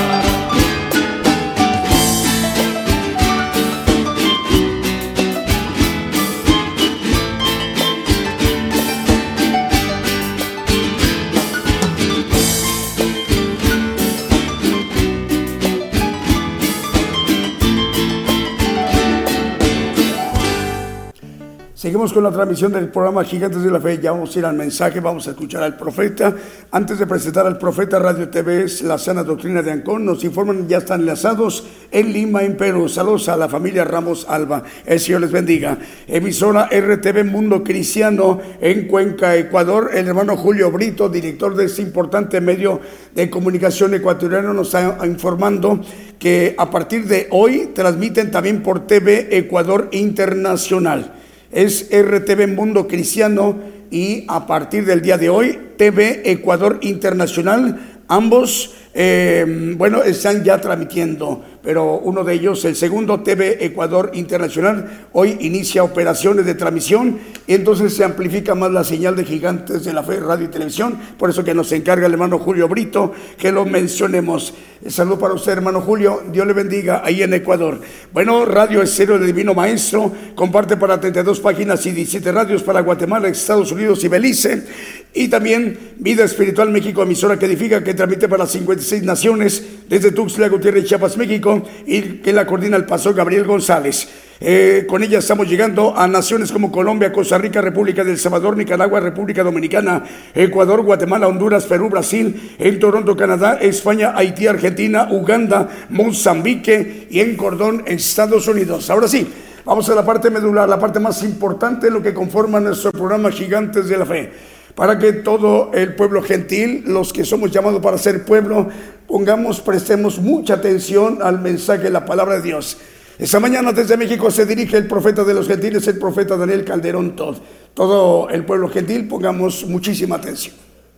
Continuamos con la transmisión del programa Gigantes de la Fe. Ya vamos a ir al mensaje, vamos a escuchar al profeta. Antes de presentar al profeta, Radio TV, la sana doctrina de Ancón, nos informan, ya están enlazados en Lima, en Perú. Saludos a la familia Ramos Alba. El Señor les bendiga. Emisora RTV Mundo Cristiano en Cuenca, Ecuador. El hermano Julio Brito, director de este importante medio de comunicación ecuatoriano, nos está informando que a partir de hoy transmiten también por TV Ecuador Internacional. Es RTV Mundo Cristiano y a partir del día de hoy TV Ecuador Internacional. Ambos, están ya transmitiendo, pero uno de ellos, el segundo, TV Ecuador Internacional, hoy inicia operaciones de transmisión y entonces se amplifica más la señal de Gigantes de la Fe, radio y televisión. Por eso que nos encarga el hermano Julio Brito que lo mencionemos. Saludo para usted, hermano Julio, Dios le bendiga ahí en Ecuador. Bueno, Radio Estéreo del Divino Maestro comparte para 32 páginas y 17 radios para Guatemala, Estados Unidos y Belice. Y también Vida Espiritual México, emisora que edifica, que transmite para las 56 naciones desde Tuxtla Gutiérrez, Chiapas, México, y que la coordina el pastor Gabriel González. Con ella estamos llegando a naciones como Colombia, Costa Rica, República del Salvador, Nicaragua, República Dominicana, Ecuador, Guatemala, Honduras, Perú, Brasil, en Toronto, Canadá, España, Haití, Argentina, Uganda, Mozambique y en Cordón, Estados Unidos. Ahora sí, vamos a la parte medular, la parte más importante, lo que conforma nuestro programa Gigantes de la Fe. Para que todo el pueblo gentil, los que somos llamados para ser pueblo, prestemos mucha atención al mensaje de la palabra de Dios. Esta mañana desde México se dirige el profeta de los gentiles, el profeta Daniel Calderón Todd. Todo el pueblo gentil, pongamos muchísima atención.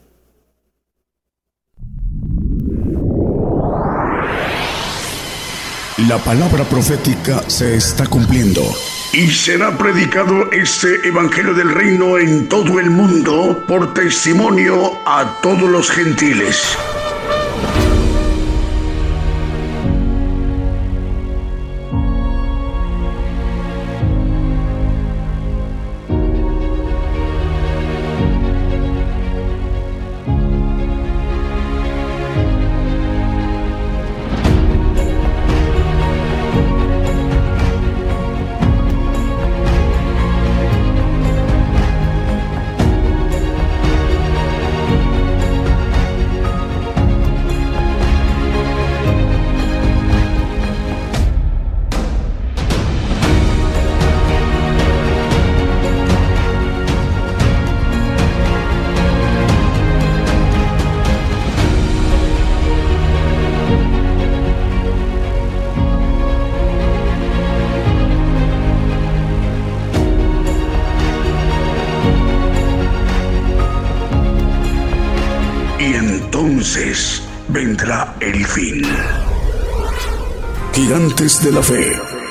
La palabra profética se está cumpliendo. Y será predicado este evangelio del reino en todo el mundo por testimonio a todos los gentiles. Entonces vendrá el fin. Gigantes de la Fe.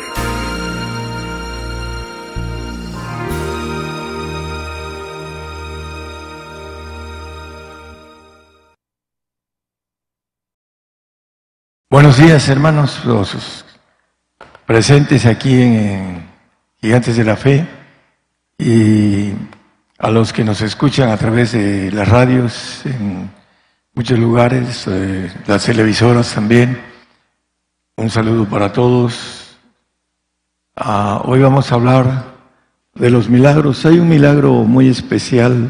Buenos días, hermanos, los presentes aquí en Gigantes de la Fe y a los que nos escuchan a través de las radios en muchos lugares, las televisoras también. Un saludo para todos. Hoy vamos a hablar de los milagros. Hay un milagro muy especial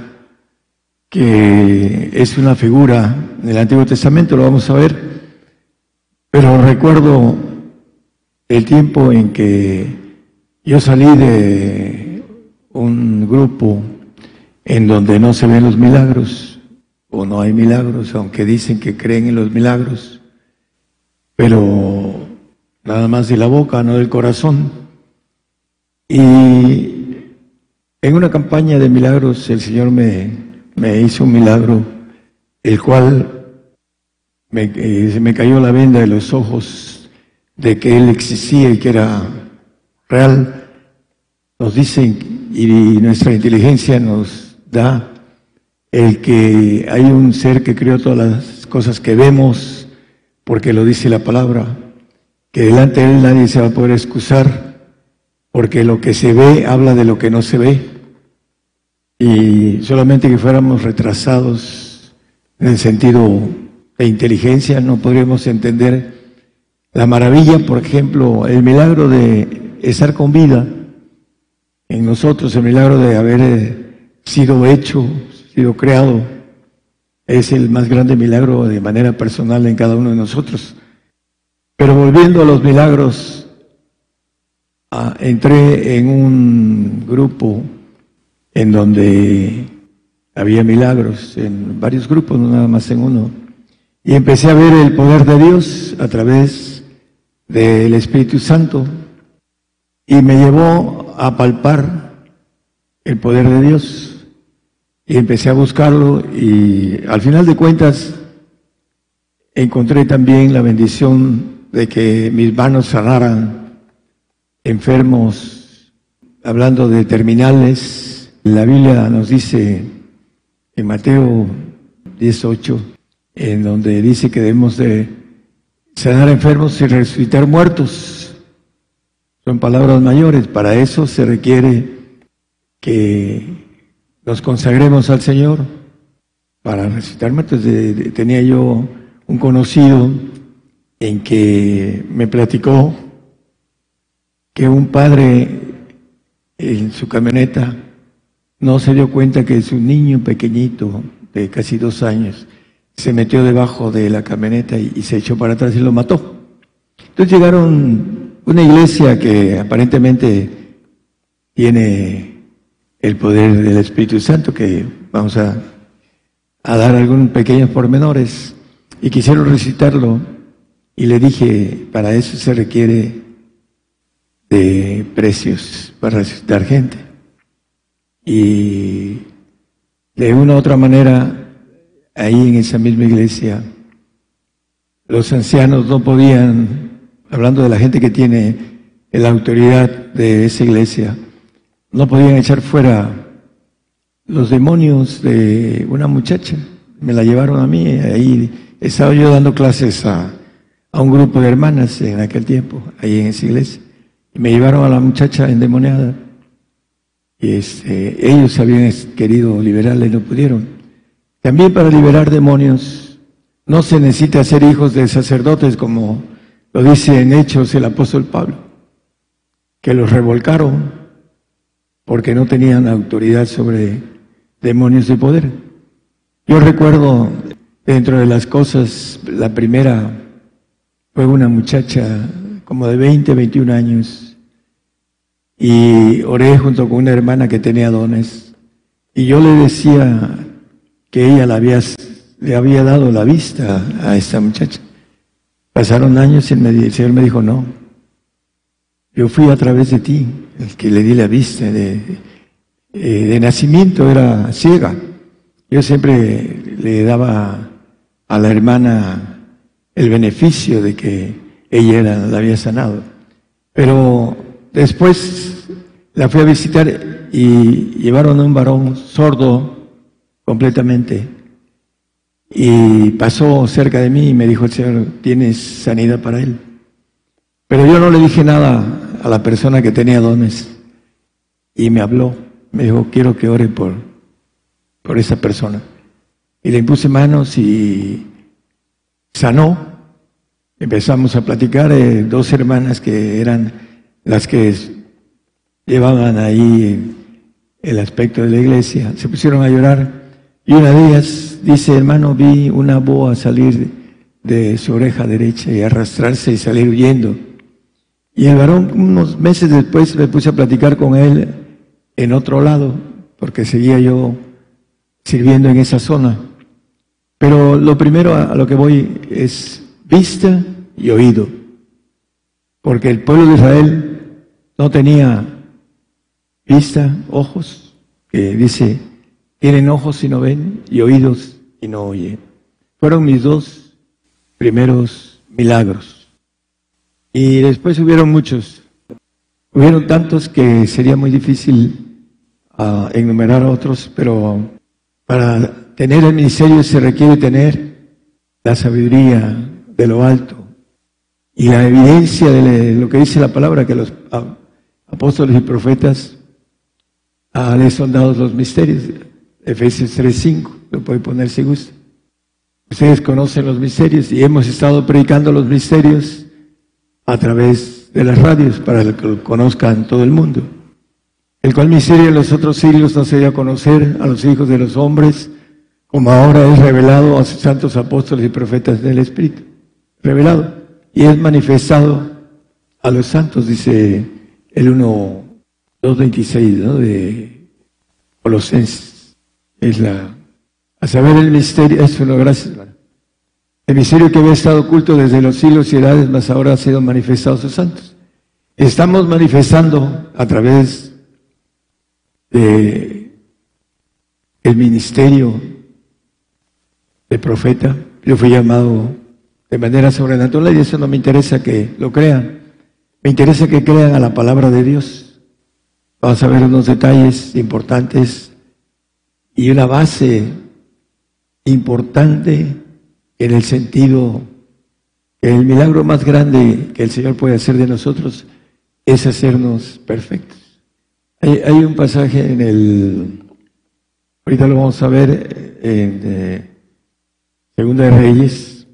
que es una figura del Antiguo Testamento, lo vamos a ver, pero recuerdo el tiempo en que yo salí de un grupo en donde no se ven los milagros, o no hay milagros, aunque dicen que creen en los milagros, pero nada más de la boca, no del corazón. Y en una campaña de milagros el Señor me hizo un milagro, el cual se me cayó la venda de los ojos de que Él existía y que era real. Nos dicen, y nuestra inteligencia nos da el que hay un ser que creó todas las cosas que vemos, porque lo dice la palabra, que delante de Él nadie se va a poder excusar, porque lo que se ve habla de lo que no se ve, y solamente que fuéramos retrasados en el sentido de inteligencia no podríamos entender la maravilla, por ejemplo, el milagro de estar con vida. en nosotros, el milagro de haber sido hecho, sido creado, es el más grande milagro de manera personal en cada uno de nosotros. Pero volviendo a los milagros, entré en un grupo en donde había milagros, en varios grupos, no nada más en uno, y empecé a ver el poder de Dios a través del Espíritu Santo, y me llevó a palpar el poder de Dios, y empecé a buscarlo, y al final de cuentas encontré también la bendición de que mis manos sanaran enfermos, hablando de terminales. La Biblia nos dice en Mateo 18, en donde dice que debemos de sanar enfermos y resucitar muertos. Son palabras mayores. Para eso se requiere que nos consagremos al Señor para resucitar muertos. Tenía yo un conocido en que me platicó que un padre en su camioneta no se dio cuenta que su niño pequeñito de casi 2 años se metió debajo de la camioneta y se echó para atrás y lo mató. Entonces llegaron a una iglesia que aparentemente tiene el poder del Espíritu Santo, que vamos a dar algunos pequeños pormenores, y quisieron recitarlo, y le dije, para eso se requiere de precios para resucitar gente. Y de una u otra manera, ahí en esa misma iglesia, los ancianos no podían, hablando de la gente que tiene la autoridad de esa iglesia, no podían echar fuera los demonios de una muchacha. Me la llevaron a mí, ahí estaba yo dando clases a un grupo de hermanas en aquel tiempo, ahí en esa iglesia, y me llevaron a la muchacha endemoniada, y ellos habían querido liberarla y no pudieron. También para liberar demonios no se necesita ser hijos de sacerdotes, como lo dice en Hechos el apóstol Pablo, que los revolcaron porque no tenían autoridad sobre demonios de poder. Yo recuerdo, dentro de las cosas, la primera fue una muchacha como de 20, 21 años, y oré junto con una hermana que tenía dones, y yo le decía que ella le había dado la vista a esta muchacha. Pasaron años y el Señor me dijo, no, yo fui a través de ti el que le di la vista. De nacimiento era ciega. Yo siempre le daba a la hermana el beneficio de que ella la había sanado. Pero después la fui a visitar y llevaron a un varón sordo completamente. Y pasó cerca de mí y me dijo el Señor, tienes sanidad para él. Pero yo no le dije nada a la persona que tenía dones. Y me habló, me dijo, quiero que ore por esa persona. Y le impuse manos y sanó. Empezamos a platicar, 2 hermanas que eran las que llevaban ahí el aspecto de la iglesia, se pusieron a llorar. Y una de ellas dice, hermano, vi una boa salir de su oreja derecha y arrastrarse y salir huyendo. Y el varón, unos meses después, me puse a platicar con él en otro lado, porque seguía yo sirviendo en esa zona. Pero lo primero a lo que voy es vista y oído, porque el pueblo de Israel no tenía vista, ojos, que dice, tienen ojos y no ven, y oídos y no oyen. Fueron mis 2 primeros milagros. Y después hubieron muchos. Hubieron tantos que sería muy difícil enumerar a otros, pero para tener el ministerio se requiere tener la sabiduría de lo alto y la evidencia de lo que dice la palabra, que los apóstoles y profetas les son dados los misterios. Efesios 3:5, lo puede poner si gusta. Ustedes conocen los misterios y hemos estado predicando los misterios a través de las radios para que lo conozcan todo el mundo. el cual misterio en los otros siglos no se dio a conocer a los hijos de los hombres, como ahora es revelado a sus santos apóstoles y profetas del Espíritu. Revelado. Y es manifestado a los santos, dice el 2:26, ¿no? De Colosenses. Es a saber el misterio, eso lo gracias, hermano. El misterio que había estado oculto desde los siglos y edades, mas ahora ha sido manifestado a sus santos. Estamos manifestando a través de el ministerio de profeta. Yo fui llamado de manera sobrenatural y eso no me interesa que lo crean. Me interesa que crean a la palabra de Dios. Vamos a ver unos detalles importantes y una base importante en el sentido que el milagro más grande que el Señor puede hacer de nosotros es hacernos perfectos. Hay un pasaje ahorita lo vamos a ver en Segunda de Reyes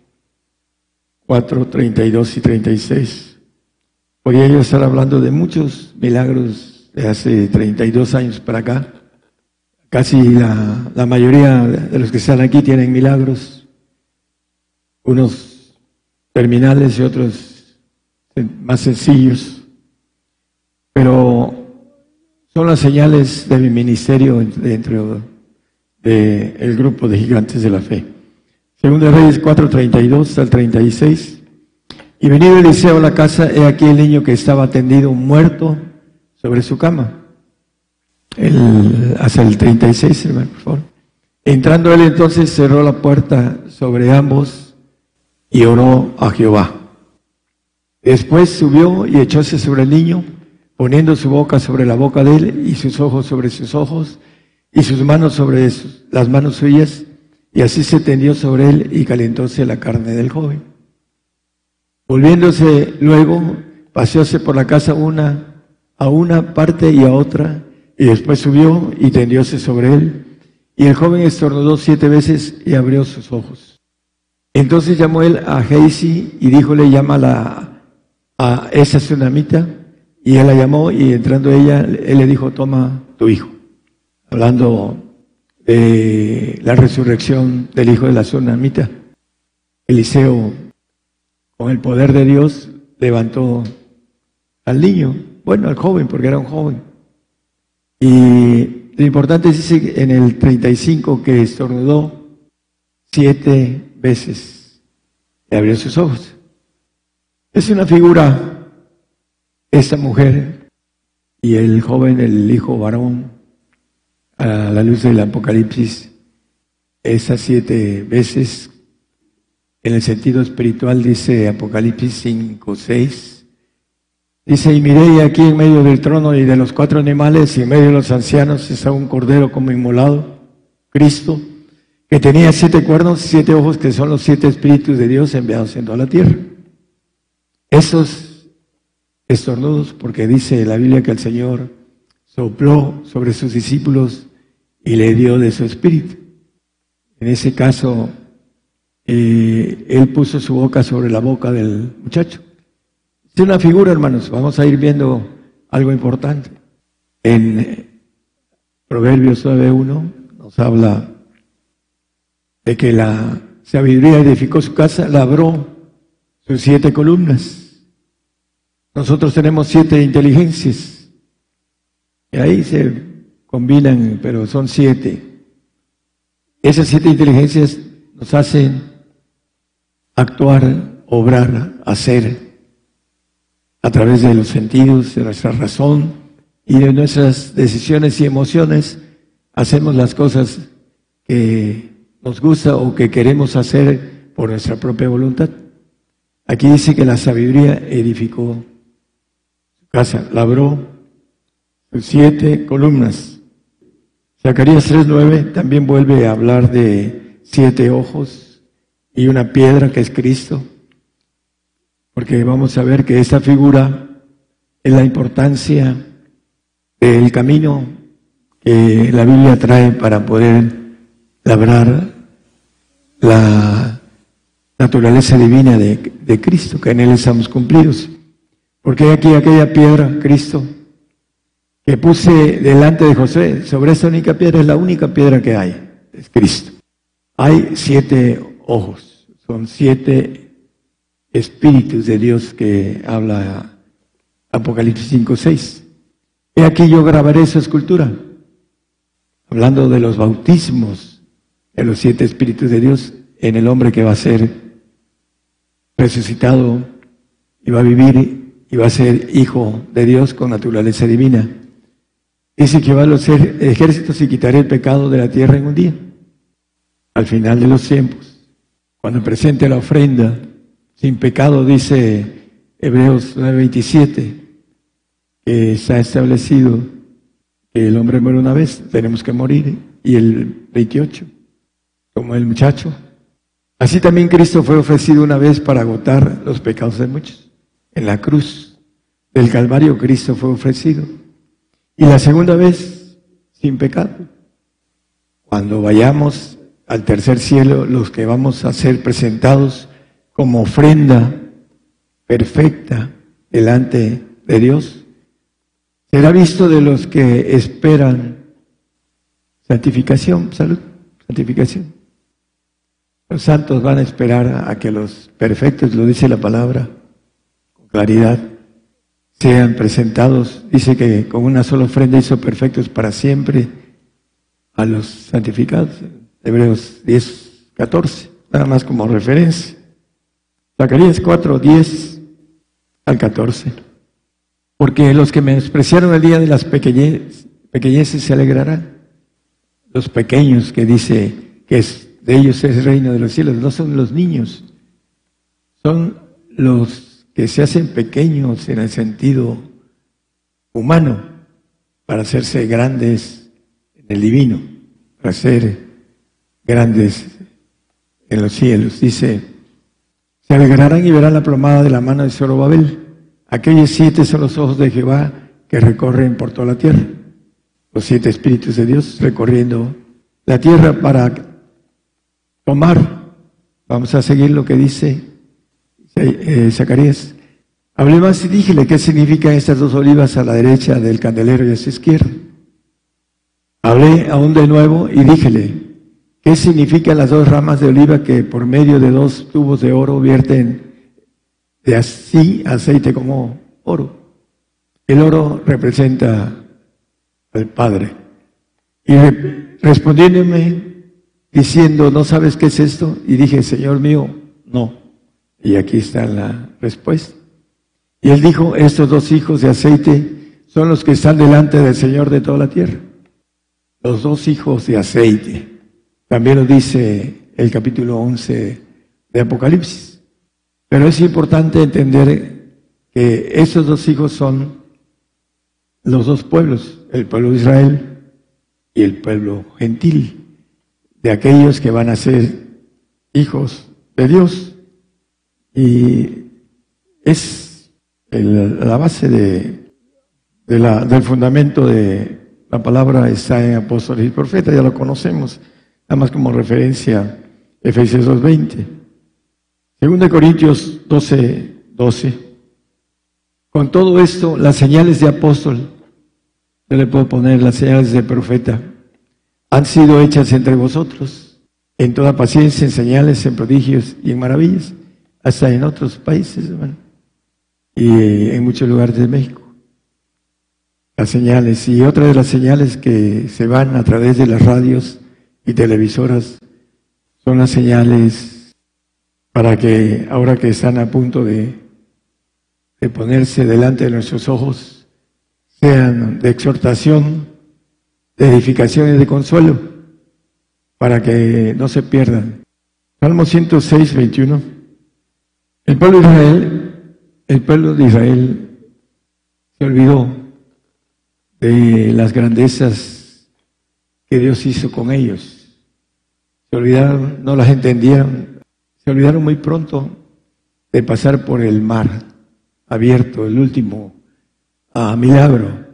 4, 32 y 36. Podría yo estar hablando de muchos milagros de hace 32 años para acá. Casi la mayoría de los que están aquí tienen milagros, unos terminales y otros más sencillos, pero son las señales de mi ministerio dentro del grupo de gigantes de la fe. Segunda de Reyes 4, 32 al 36. Y venido Eliseo a la casa, he aquí el niño que estaba tendido muerto sobre su cama. Hasta el 36, hermano, por favor. Entrando él entonces cerró la puerta sobre ambos y oró a Jehová. Después subió y echóse sobre el niño, poniendo su boca sobre la boca de él y sus ojos sobre sus ojos y sus manos sobre las manos suyas, y así se tendió sobre él y calentóse la carne del joven. Volviéndose luego, paseóse por la casa a una parte y a otra, y después subió y tendióse sobre él, y el joven estornudó 7 veces y abrió sus ojos. Entonces llamó él a Geisi y díjole, llámala a esa tsunamita, y él la llamó, y entrando ella, él le dijo, toma tu hijo. Hablando de la resurrección del hijo de la tsunamita, Eliseo, con el poder de Dios, levantó al niño, bueno, al joven, porque era un joven. Y lo importante es, dice en el 35, que estornudó 7 veces y abrió sus ojos. Es una figura, esta mujer y el joven, el hijo varón, a la luz del Apocalipsis, esas 7 veces, en el sentido espiritual, dice Apocalipsis 5, 6, dice, y miré y aquí en medio del trono y de los 4 animales y en medio de los ancianos estaba un cordero como inmolado, Cristo, que tenía 7 cuernos y 7 ojos, que son los 7 espíritus de Dios enviados en toda la tierra. Esos estornudos, porque dice la Biblia que el Señor sopló sobre sus discípulos y le dio de su espíritu. En ese caso, él puso su boca sobre la boca del muchacho. Es una figura, hermanos. Vamos a ir viendo algo importante. En Proverbios 9:1 nos habla de que la sabiduría edificó su casa, labró sus 7 columnas. Nosotros tenemos 7 inteligencias. Y ahí se combinan, pero son 7. Esas 7 inteligencias nos hacen actuar, obrar, hacer a través de los sentidos, de nuestra razón y de nuestras decisiones y emociones. Hacemos las cosas que nos gusta o que queremos hacer por nuestra propia voluntad. Aquí dice que la sabiduría edificó su casa, labró sus 7 columnas. Zacarías 3:9 también vuelve a hablar de 7 ojos y una piedra que es Cristo, porque vamos a ver que esta figura es la importancia del camino que la Biblia trae para poder labrar la naturaleza divina de Cristo, que en Él estamos cumplidos. Porque aquí aquella piedra, Cristo, que puse delante de Josué, sobre esa única piedra, es la única piedra que hay, es Cristo. Hay 7 ojos, son 7 espíritus de Dios que habla Apocalipsis 5:6. He aquí yo grabaré esa escultura, hablando de los bautismos de los 7 espíritus de Dios en el hombre que va a ser resucitado y va a vivir y va a ser hijo de Dios con naturaleza divina. Dice que va a ser ejércitos y quitaré el pecado de la tierra en un día. Al final de los tiempos, cuando presente la ofrenda sin pecado, dice Hebreos 9:27, que está establecido que el hombre muere una vez, tenemos que morir, y el 28, como el muchacho. Así también Cristo fue ofrecido una vez para agotar los pecados de muchos. En la cruz del Calvario Cristo fue ofrecido. Y la segunda vez, sin pecado. Cuando vayamos al tercer cielo, los que vamos a ser presentados como ofrenda perfecta delante de Dios, será visto de los que esperan santificación, salud, santificación. Los santos van a esperar a que los perfectos, lo dice la palabra, con claridad, sean presentados. Dice que con una sola ofrenda hizo perfectos para siempre a los santificados. Hebreos 10:14, nada más como referencia. Zacarías 4:10 al 14. Porque los que menospreciaron el día de las pequeñeces se alegrarán. Los pequeños, que dice que de ellos es el reino de los cielos, no son los niños, son los que se hacen pequeños en el sentido humano para hacerse grandes en el divino, para ser grandes en los cielos. Dice, se alegrarán y verán la plomada de la mano de Zorobabel. Aquellos 7 son los ojos de Jehová que recorren por toda la tierra. Los 7 espíritus de Dios recorriendo la tierra para tomar. Vamos a seguir lo que dice Zacarías. Hablé más y díjele qué significan estas 2 olivas a la derecha del candelero y a su izquierda. Hablé aún de nuevo y díjele qué significan las 2 ramas de oliva que por medio de 2 tubos de oro vierten de así aceite como oro. El oro representa al Padre. Y respondiéndome diciendo, ¿no sabes qué es esto? Y dije, Señor mío, no. Y aquí está la respuesta. Y él dijo, estos 2 hijos de aceite son los que están delante del Señor de toda la tierra. Los 2 hijos de aceite. También lo dice el capítulo 11 de Apocalipsis. Pero es importante entender que esos 2 hijos son los 2 pueblos, el pueblo de Israel y el pueblo gentil, de aquellos que van a ser hijos de Dios. Y es la base del fundamento de la palabra está en Apóstoles y Profetas, ya lo conocemos, nada más como referencia Efesios 2:20. 2 Corintios 12:12. Con todo esto, las señales de apóstol, yo le puedo poner las señales de profeta, han sido hechas entre vosotros, en toda paciencia, en señales, en prodigios y en maravillas, hasta en otros países, hermano, y en muchos lugares de México. Las señales, y otra de las señales que se van a través de las radios y televisoras, son las señales para que ahora que están a punto de ponerse delante de nuestros ojos, sean de exhortación, de edificación y de consuelo, para que no se pierdan. Salmo 106:21. El pueblo de Israel se olvidó de las grandezas que Dios hizo con ellos. Se olvidaron, no las entendieron, se olvidaron muy pronto de pasar por el mar abierto, el último milagro,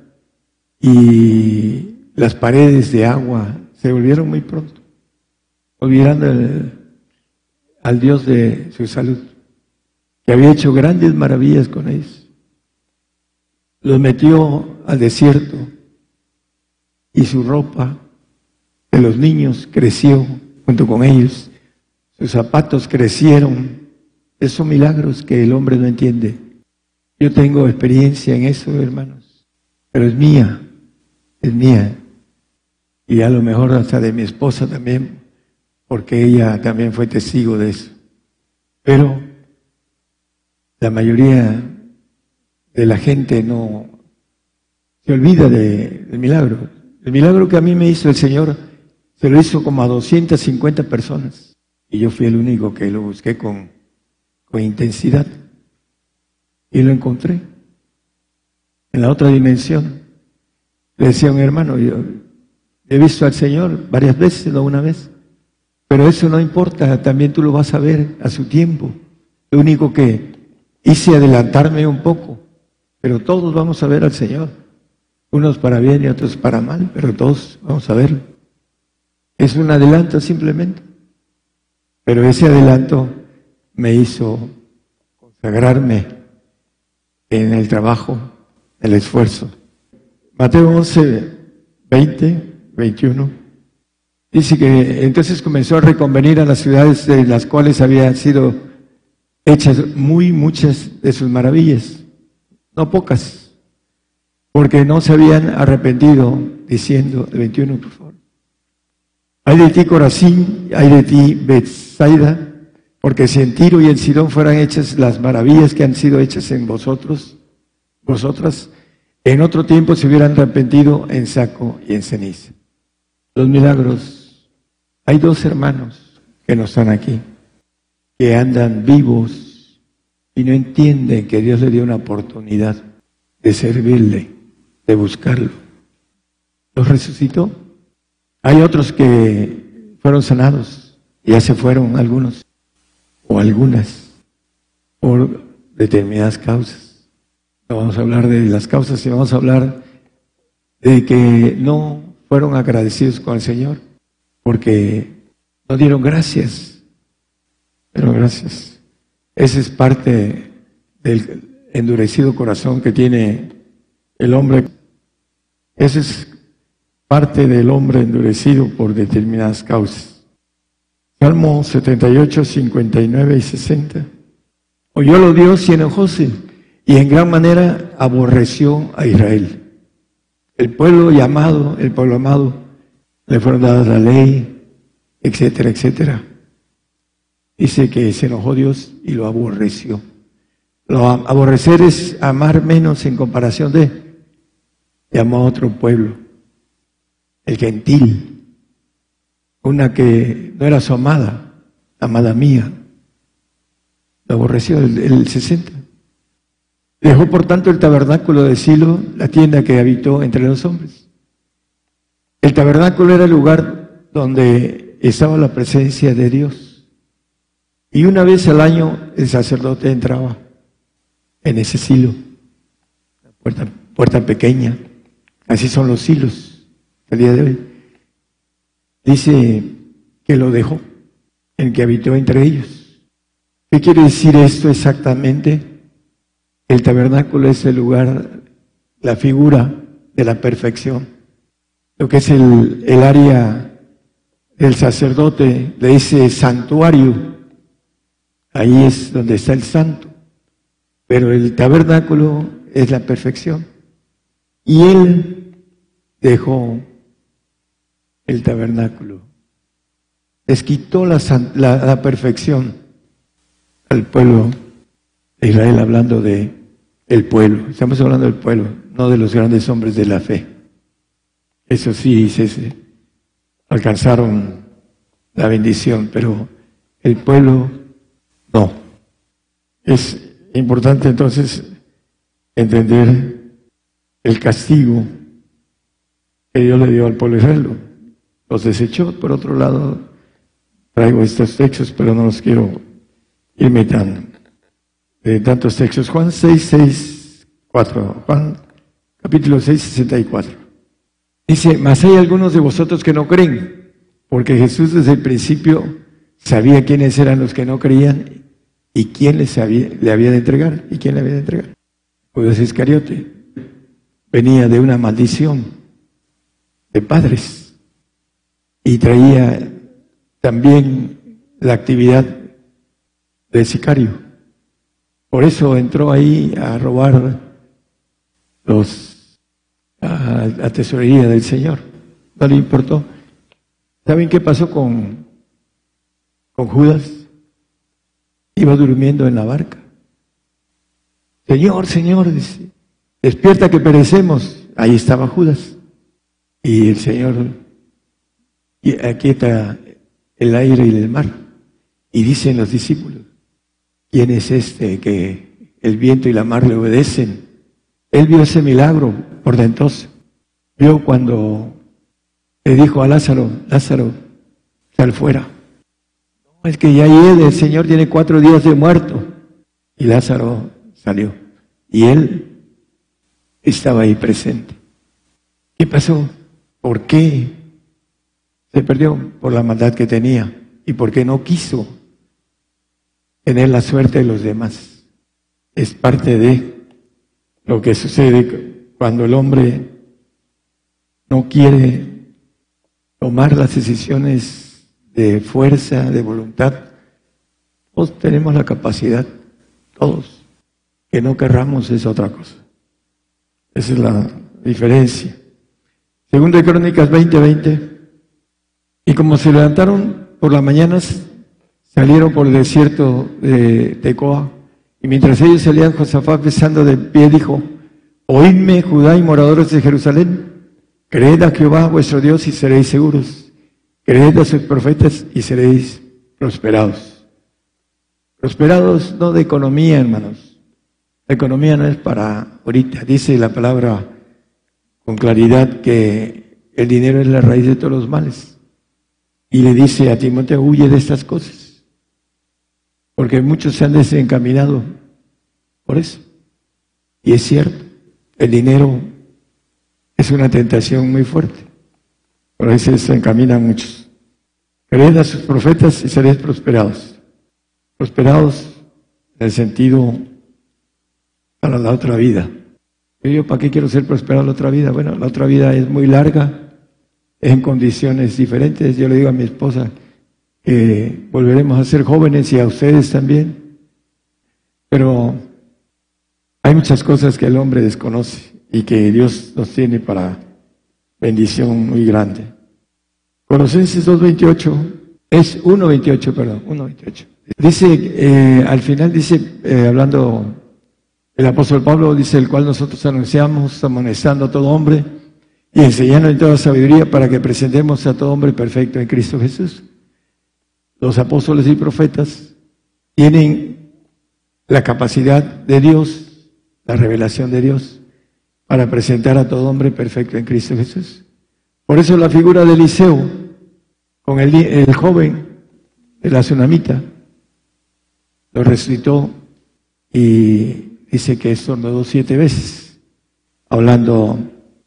y las paredes de agua se volvieron muy pronto, olvidando al Dios de su salud, que había hecho grandes maravillas con ellos. Los metió al desierto y su ropa de los niños creció junto con ellos. Sus zapatos crecieron. Esos son milagros que el hombre no entiende. Yo tengo experiencia en eso, hermanos, pero es mía. Y a lo mejor hasta de mi esposa también, porque ella también fue testigo de eso. Pero la mayoría de la gente no se olvida del milagro. El milagro que a mí me hizo el Señor, se lo hizo como a 250 personas. Y yo fui el único que lo busqué con intensidad. Y lo encontré en la otra dimensión. Le decía a un hermano, yo he visto al Señor varias veces, no una vez, pero eso no importa, también tú lo vas a ver a su tiempo. Lo único que hice adelantarme un poco, pero todos vamos a ver al Señor, unos para bien y otros para mal, pero todos vamos a verlo. Es un adelanto simplemente, pero ese adelanto me hizo consagrarme en el trabajo, el esfuerzo. Mateo 11, 20, 21, dice que entonces comenzó a reconvenir a las ciudades de las cuales habían sido hechas muchas de sus maravillas, no pocas, porque no se habían arrepentido, diciendo, el 21 por favor, ay de ti Corazín, ay de ti Betsaida, porque si en Tiro y en Sidón fueran hechas las maravillas que han sido hechas en vosotras, en otro tiempo se hubieran arrepentido en saco y en ceniza. Los milagros, hay dos hermanos que no están aquí, que andan vivos y no entienden que Dios le dio una oportunidad de servirle, de buscarlo. Los resucitó. Hay otros que fueron sanados, y ya se fueron algunos o algunas por determinadas causas. No vamos a hablar de las causas, sino vamos a hablar de que no fueron agradecidos con el Señor, porque no dieron gracias. Pero gracias. Esa es parte del endurecido corazón que tiene el hombre. Esa es parte del hombre endurecido por determinadas causas. Salmo 78, 59 y 60. Oyólo Dios y enojóse, y en gran manera aborreció a Israel. El pueblo llamado, el pueblo amado, le fueron dadas la ley, etcétera, etcétera. Dice que se enojó Dios y lo aborreció. Aborrecer es amar menos en comparación de, llamó a otro pueblo, el gentil, una que no era su amada mía. Lo aborreció el 60. Dejó por tanto el tabernáculo de Silo, la tienda que habitó entre los hombres. El tabernáculo era el lugar donde estaba la presencia de Dios. Y una vez al año el sacerdote entraba en ese silo, una puerta pequeña. Así son los silos el día de hoy. Dice que lo dejó, en que habitó entre ellos. ¿Qué quiere decir esto exactamente? El tabernáculo es el lugar, la figura de la perfección. Lo que es el área del sacerdote, le dice santuario. Ahí es donde está el santo. Pero el tabernáculo es la perfección. Y él dejó el tabernáculo. Les quitó la perfección al pueblo de Israel, hablando de el pueblo. Estamos hablando del pueblo, no de los grandes hombres de la fe. Eso sí, se alcanzaron la bendición, pero el pueblo no. Es importante entonces entender el castigo que Dios le dio al pueblo de Israel. Los desechó. Por otro lado, traigo estos textos, pero no los quiero irme de tantos textos. Juan 6, 4. Juan capítulo 6, 64. Dice, mas hay algunos de vosotros que no creen, porque Jesús desde el principio sabía quiénes eran los que no creían y quién le había de entregar. ¿Y quién le había de entregar? Judas Iscariote. Venía de una maldición. de padres y traía también la actividad de sicario. Por eso entró ahí a robar la tesorería del Señor. No le importó. ¿Saben qué pasó con Judas? Iba durmiendo en la barca. Señor, Señor, dice, despierta que perecemos. Ahí estaba Judas. Y el Señor aquieta el aire y el mar. Y dicen los discípulos, ¿quién es este que el viento y la mar le obedecen? Él vio ese milagro portentoso. Vio cuando le dijo a Lázaro, Lázaro, sal fuera. No, es que ya el Señor tiene 4 días de muerto. Y Lázaro salió. Y él estaba ahí presente. ¿Qué pasó? ¿Por qué se perdió? Por la maldad que tenía y porque no quiso tener la suerte de los demás. Es parte de lo que sucede cuando el hombre no quiere tomar las decisiones de fuerza, de voluntad. Todos tenemos la capacidad, todos. Que no querramos es otra cosa. Esa es la diferencia. Segunda de Crónicas 20:20. Y como se levantaron por las mañanas, salieron por el desierto de Tecoa. Y mientras ellos salían, Josafat, besando de pie, dijo, oídme, Judá y moradores de Jerusalén, creed a Jehová vuestro Dios y seréis seguros. Creed a sus profetas y seréis prosperados. Prosperados no de economía, hermanos. La economía no es para ahorita. Dice la palabra con claridad que el dinero es la raíz de todos los males. Y le dice a Timoteo, huye de estas cosas. Porque muchos se han desencaminado por eso. Y es cierto, el dinero es una tentación muy fuerte. Por ahí se desencaminan muchos. Creed a sus profetas y seréis prosperados. Prosperados en el sentido para la otra vida. Yo, ¿para qué quiero ser prosperado en la otra vida? Bueno, la otra vida es muy larga, en condiciones diferentes. Yo le digo a mi esposa que volveremos a ser jóvenes y a ustedes también. Pero hay muchas cosas que el hombre desconoce y que Dios nos tiene para bendición muy grande. Colosenses 2:28, es 1:28, perdón, 1:28. Dice, al final dice, hablando el apóstol Pablo, dice, el cual nosotros anunciamos, amonestando a todo hombre y enseñando en toda sabiduría para que presentemos a todo hombre perfecto en Cristo Jesús. Los apóstoles y profetas tienen la capacidad de Dios, la revelación de Dios, para presentar a todo hombre perfecto en Cristo Jesús. Por eso la figura de Eliseo, con el joven de la tsunamita, lo resucitó y dice que estornudó 7 veces, hablando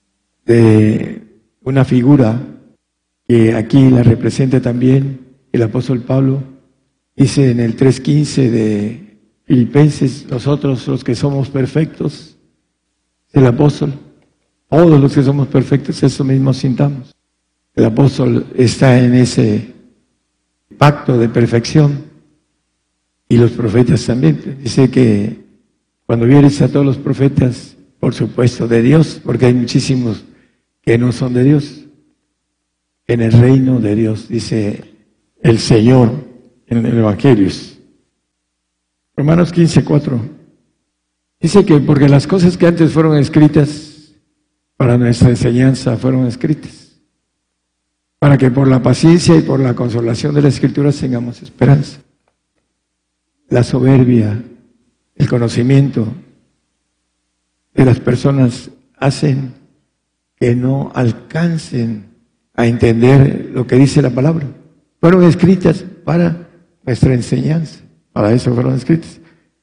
de una figura que aquí la representa también el apóstol Pablo. Dice en el 3:15 de Filipenses, nosotros los que somos perfectos, el apóstol, todos los que somos perfectos, eso mismo sintamos. El apóstol está en ese pacto de perfección y los profetas también. Dice que cuando vieres a todos los profetas, por supuesto de Dios, porque hay muchísimos que no son de Dios, en el reino de Dios, dice el Señor en el Evangelio. Romanos 15:4. Dice que porque las cosas que antes fueron escritas para nuestra enseñanza fueron escritas, para que por la paciencia y por la consolación de la Escritura tengamos esperanza. La soberbia, el conocimiento de las personas hacen que no alcancen a entender lo que dice la palabra. Fueron escritas para nuestra enseñanza, para eso fueron escritas.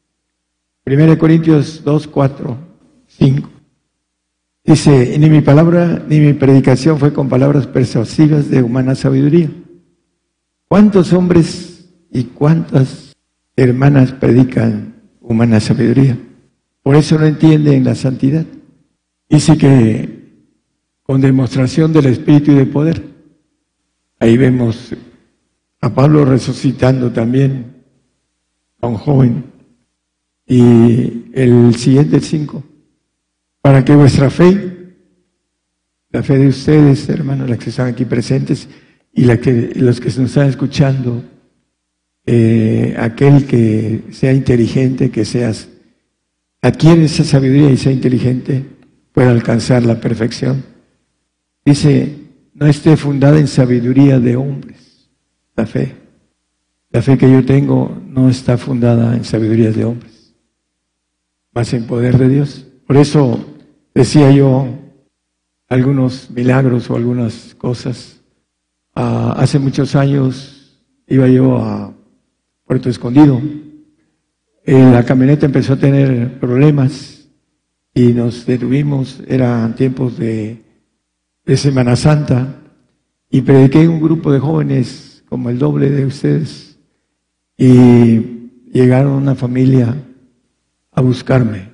1 Corintios 2:4-5 dice, ni mi palabra ni mi predicación fue con palabras persuasivas de humana sabiduría. ¿Cuántos hombres y cuántas hermanas predican humana sabiduría? Por eso no entienden la santidad. Dice que con demostración del Espíritu y de poder. Ahí vemos a Pablo resucitando también a un joven. Y el siguiente 5, para que vuestra fe, la fe de ustedes, hermanos, las que están aquí presentes y los que nos están escuchando, aquel que sea inteligente, adquiere esa sabiduría y sea inteligente, pueda alcanzar la perfección. Dice, no esté fundada en sabiduría de hombres, la fe. La fe que yo tengo no está fundada en sabiduría de hombres, más en poder de Dios. Por eso decía yo algunos milagros o algunas cosas. Hace muchos años iba yo a Puerto Escondido. La camioneta empezó a tener problemas y nos detuvimos. Eran tiempos de Semana Santa y prediqué en un grupo de jóvenes como el doble de ustedes y llegaron una familia a buscarme.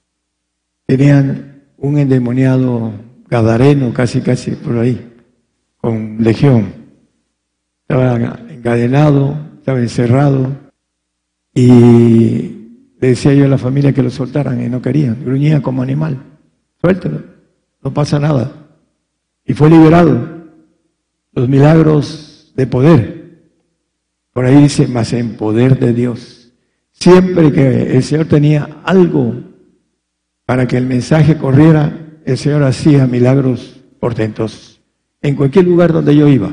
Tenían un endemoniado gadareno casi por ahí, con legión. Estaba encadenado, estaba encerrado y le decía yo a la familia que lo soltaran y no querían, gruñía como animal. Suéltalo, no pasa nada. Y fue liberado. Los milagros de poder. Por ahí dice, más en poder de Dios. Siempre que el Señor tenía algo para que el mensaje corriera, el Señor hacía milagros portentosos. En cualquier lugar donde yo iba,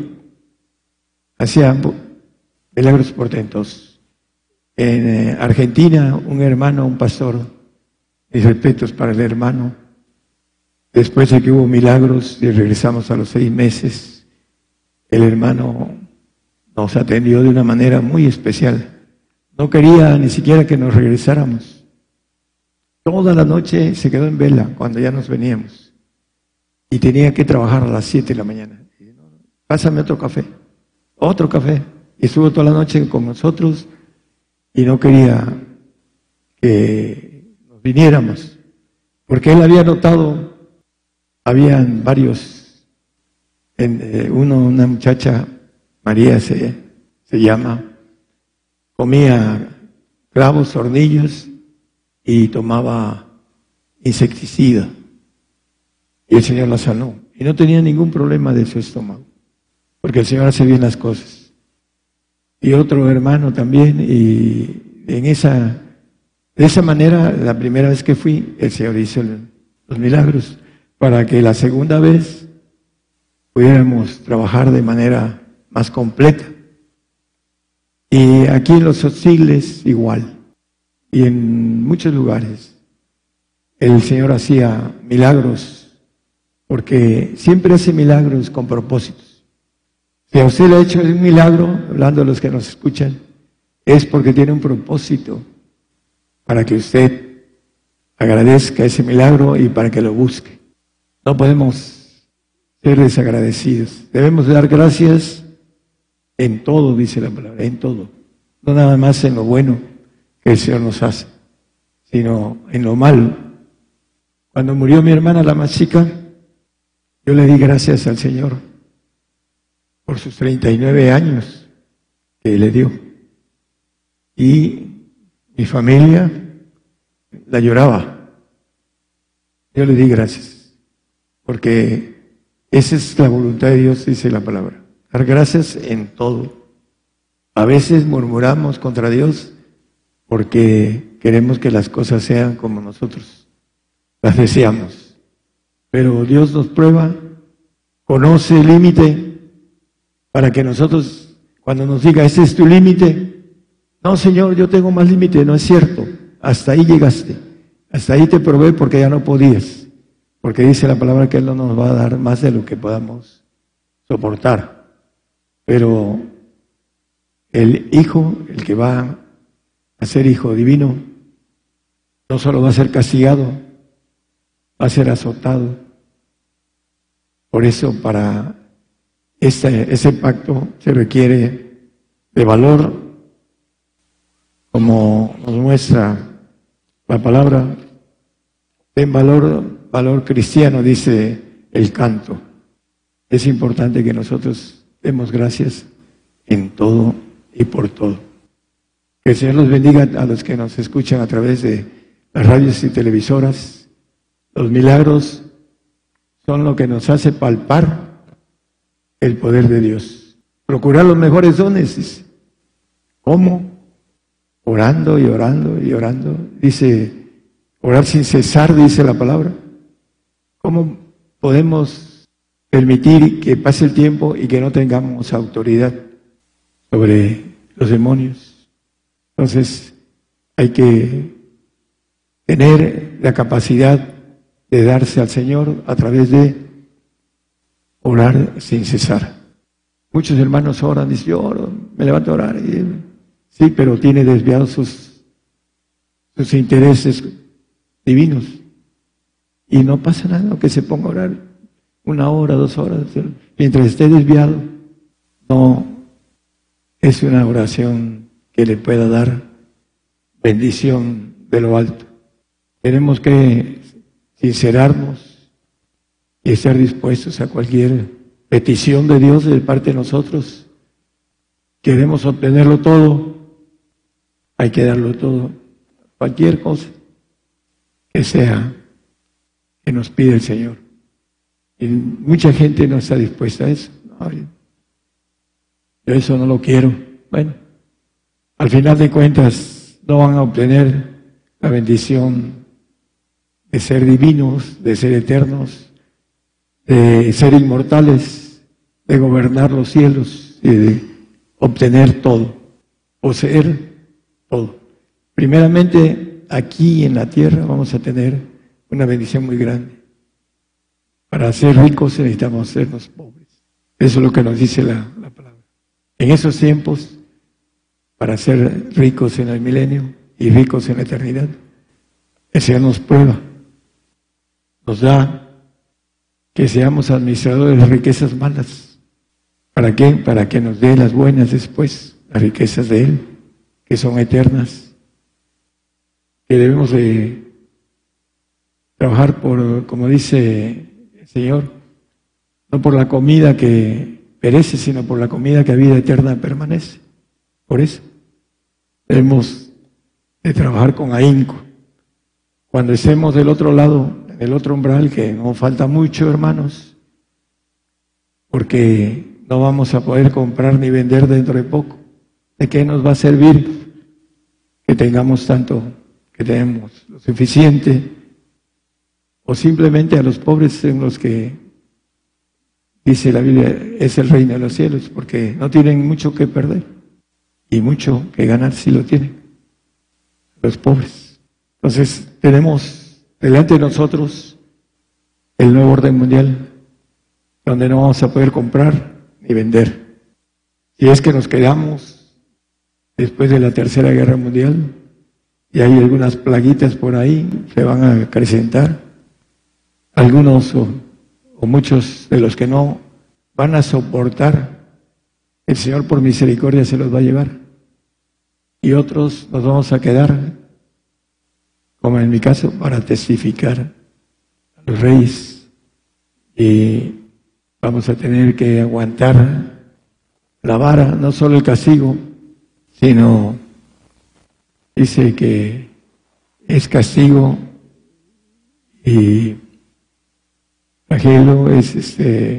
hacía milagros portentosos. En Argentina, un hermano, un pastor, mis respetos para el hermano. Después de que hubo milagros y regresamos a los 6 meses, el hermano nos atendió de una manera muy especial. No quería ni siquiera que nos regresáramos. Toda la noche se quedó en vela cuando ya nos veníamos. Y tenía que trabajar a las 7 de la mañana. Pásame otro café. Otro café. Y estuvo toda la noche con nosotros y no quería que nos viniéramos. Porque él había notado, habían varios, una muchacha, María se llama, comía clavos, tornillos y tomaba insecticida. Y el Señor la sanó. Y no tenía ningún problema de su estómago, porque el Señor hace bien las cosas. Y otro hermano también, y de esa manera, la primera vez que fui, el Señor hizo los milagros, para que la segunda vez pudiéramos trabajar de manera más completa. Y aquí en los Sotiles igual, y en muchos lugares, el Señor hacía milagros, porque siempre hace milagros con propósitos. Si a usted le ha hecho un milagro, hablando de los que nos escuchan, es porque tiene un propósito para que usted agradezca ese milagro y para que lo busque. No podemos ser desagradecidos. Debemos dar gracias en todo, dice la palabra, en todo. No nada más en lo bueno que el Señor nos hace, sino en lo malo. Cuando murió mi hermana, la más chica, yo le di gracias al Señor por sus 39 años que le dio. Y mi familia la lloraba. Yo le di gracias, porque esa es la voluntad de Dios, dice la palabra. Dar gracias en todo. A veces murmuramos contra Dios porque queremos que las cosas sean como nosotros las deseamos. Pero Dios nos prueba, conoce el límite, para que nosotros, cuando nos diga, ese es tu límite, no, Señor, yo tengo más límite, no es cierto, hasta ahí llegaste, hasta ahí te probé porque ya no podías, porque dice la palabra que Él no nos va a dar más de lo que podamos soportar. Pero el Hijo, el que va a ser Hijo divino, no solo va a ser castigado, va a ser azotado. Por eso, para ese pacto se requiere de valor, como nos muestra la palabra. Ten valor cristiano, dice el canto. Es importante que nosotros demos gracias en todo y por todo. Que el Señor los bendiga a los que nos escuchan a través de las radios y televisoras. Los milagros son lo que nos hace palpar el poder de Dios. Procurar los mejores dones, dice. ¿Cómo? Orando y orando y orando. Dice, orar sin cesar, dice la palabra. ¿Cómo podemos permitir que pase el tiempo y que no tengamos autoridad sobre los demonios? Entonces, hay que tener la capacidad de darse al Señor a través de orar sin cesar. Muchos hermanos oran, dicen, yo oro, me levanto a orar. Sí, pero tiene desviados sus intereses divinos. Y no pasa nada, aunque se ponga a orar 1 hora, 2 horas. Mientras esté desviado, no es una oración que le pueda dar bendición de lo alto. Tenemos que sincerarnos y estar dispuestos a cualquier petición de Dios de parte de nosotros. Queremos obtenerlo todo, hay que darlo todo. Cualquier cosa que sea que nos pide el Señor. Y mucha gente no está dispuesta a eso. No, yo eso no lo quiero. Bueno, al final de cuentas no van a obtener la bendición de ser divinos, de ser eternos, de ser inmortales, de gobernar los cielos y de obtener todo, poseer todo. Primeramente, aquí en la tierra vamos a tener una bendición muy grande. Para ser ricos necesitamos sernos pobres. Eso es lo que nos dice la palabra. En esos tiempos, para ser ricos en el milenio y ricos en la eternidad, el Señor nos prueba, nos da que seamos administradores de riquezas malas. ¿Para qué? Para que nos dé las buenas después, las riquezas de Él, que son eternas, que debemos de trabajar por, como dice el Señor, no por la comida que perece, sino por la comida que a vida eterna permanece. Por eso debemos de trabajar con ahínco. Cuando estemos del otro lado, en el otro umbral, que no falta mucho, hermanos, porque no vamos a poder comprar ni vender dentro de poco. ¿De qué nos va a servir que tengamos tanto, que tenemos lo suficiente? O simplemente a los pobres en los que, dice la Biblia, es el reino de los cielos, porque no tienen mucho que perder y mucho que ganar si lo tienen, los pobres. Entonces tenemos delante de nosotros el nuevo orden mundial, donde no vamos a poder comprar ni vender. Si es que nos quedamos después de la Tercera Guerra Mundial, y hay algunas plaguitas por ahí, se van a acrecentar. Algunos o muchos de los que no van a soportar, el Señor por misericordia se los va a llevar. Y otros nos vamos a quedar, como en mi caso, para testificar a los reyes. Y vamos a tener que aguantar la vara, no solo el castigo, sino dice que es castigo y flagelo, es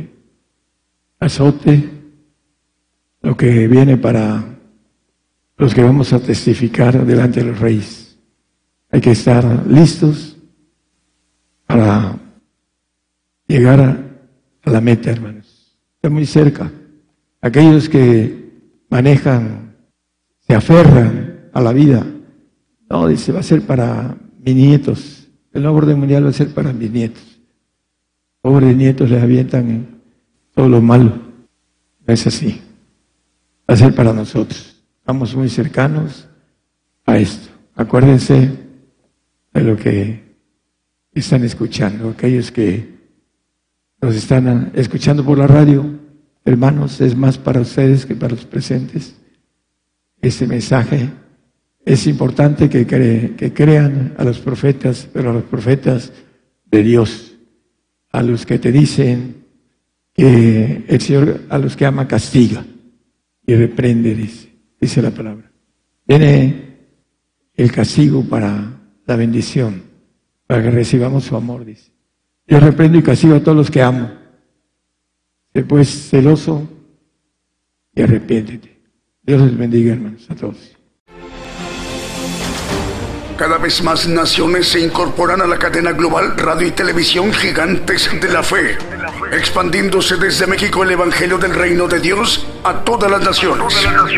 azote, lo que viene para los que vamos a testificar delante de los reyes. Hay que estar listos para llegar a la meta, hermanos. Está muy cerca. Aquellos que manejan, se aferran a la vida. No, dice, va a ser para mis nietos. El nuevo orden mundial va a ser para mis nietos. Pobres nietos les avientan en todo lo malo. No es así. Va a ser para nosotros. Estamos muy cercanos a esto. Acuérdense de lo que están escuchando. Aquellos que nos están escuchando por la radio, hermanos, es más para ustedes que para los presentes. Este mensaje es importante que crean a los profetas, pero a los profetas de Dios, a los que te dicen que el Señor a los que ama castiga y reprende, dice la palabra. Viene el castigo para la bendición, para que recibamos su amor, dice. Yo reprendo y castigo a todos los que amo. Sé pues celoso y arrepiéntete. Dios les bendiga, hermanos, a todos. Cada vez más naciones se incorporan a la cadena global Radio y Televisión Gigantes de la Fe, expandiéndose desde México el Evangelio del Reino de Dios a todas las naciones.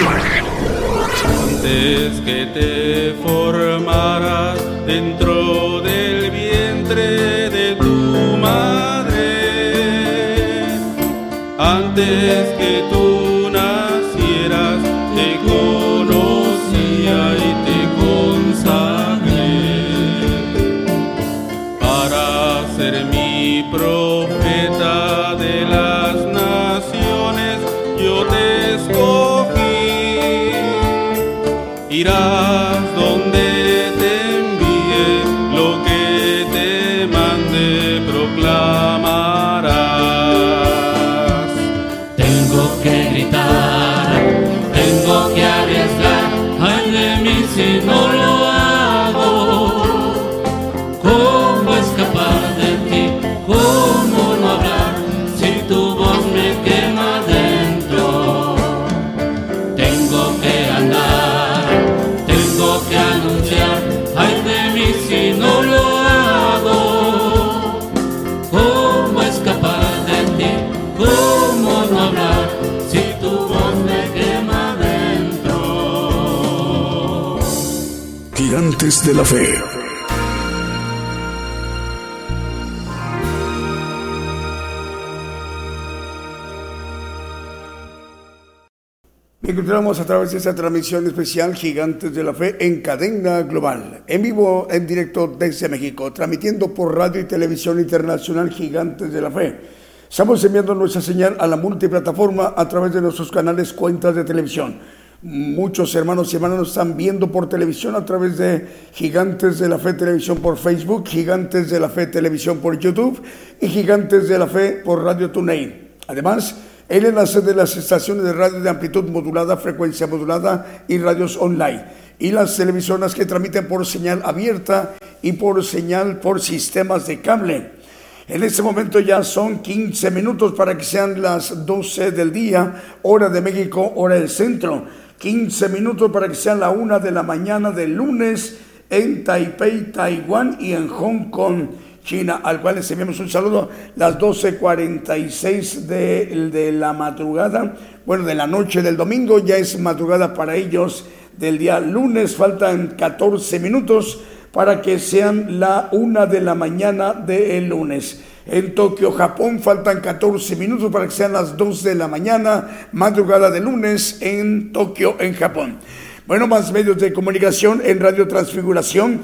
Antes que te formaras dentro del vientre de tu madre, antes que tú nacieras, te conocía y te consagré para ser mi profeta de las naciones. Yo te escogí. Irás donde te envíe, lo que te mande proclamarás. Tengo que gritar, tengo que arriesgar, ay de mí si no lo hago. ¿Cómo escapar de ti? ¿Cómo no hablar si tu voz me quema dentro? Tengo que andar, tengo que anunciar, ay de mí si no lo hago. ¿Cómo escapar de ti? ¿Cómo no hablar si tu voz me quema dentro? Gigantes de la Fe. Encontramos a través de esta transmisión especial Gigantes de la Fe en cadena global, en vivo, en directo desde México, transmitiendo por radio y televisión internacional Gigantes de la Fe. Estamos enviando nuestra señal a la multiplataforma a través de nuestros canales, cuentas de televisión. Muchos hermanos y hermanas nos están viendo por televisión a través de Gigantes de la Fe Televisión por Facebook, Gigantes de la Fe Televisión por YouTube y Gigantes de la Fe por Radio TuneIn. Además, el enlace de las estaciones de radio de amplitud modulada, frecuencia modulada y radios online. Y las televisoras que transmiten por señal abierta y por señal por sistemas de cable. En este momento ya son 15 minutos para que sean las 12 del día, hora de México, hora del centro. 15 minutos para que sean la 1 de la mañana del lunes en Taipei, Taiwán y en Hong Kong, China, al cual les enviamos un saludo. Las 12:46 de la madrugada, bueno, de la noche del domingo, ya es madrugada para ellos del día lunes. Faltan 14 minutos para que sean la 1 de la mañana del lunes. En Tokio, Japón, faltan 14 minutos para que sean las 2 de la mañana, madrugada de lunes en Tokio, en Japón. Bueno, más medios de comunicación en Radio Transfiguración,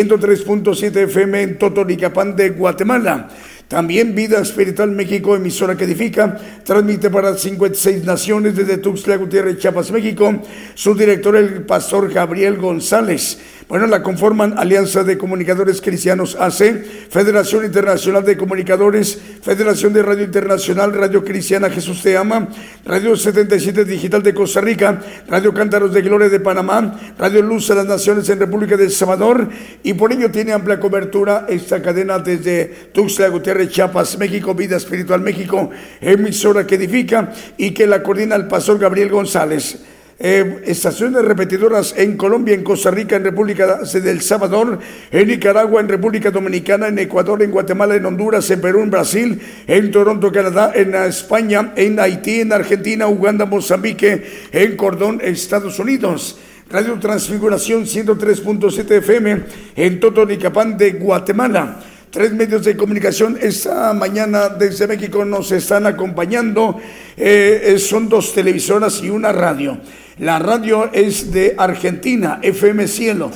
103.7 FM en Totonicapán de Guatemala. También Vida Espiritual México, emisora que edifica, transmite para 56 naciones desde Tuxtla Gutiérrez, Chiapas, México. Su director, el pastor Gabriel González. Bueno, la conforman Alianza de Comunicadores Cristianos AC, Federación Internacional de Comunicadores, Federación de Radio Internacional, Radio Cristiana Jesús Te Ama, Radio 77 Digital de Costa Rica, Radio Cántaros de Gloria de Panamá, Radio Luz de las Naciones en República de El Salvador, y por ello tiene amplia cobertura esta cadena desde Tuxtla Gutiérrez, Chiapas, México. Vida Espiritual México, emisora que edifica y que la coordina el pastor Gabriel González. Estaciones repetidoras en Colombia, en Costa Rica, en República de El Salvador, en Nicaragua, en República Dominicana, en Ecuador, en Guatemala, en Honduras, en Perú, en Brasil, en Toronto, Canadá, en España, en Haití, en Argentina, Uganda, Mozambique, en Cordón, Estados Unidos. Radio Transfiguración 103.7 FM en Totonicapán de Guatemala. 3 medios de comunicación esta mañana desde México nos están acompañando. Son 2 televisoras y una radio. La radio es de Argentina, FM Cielo,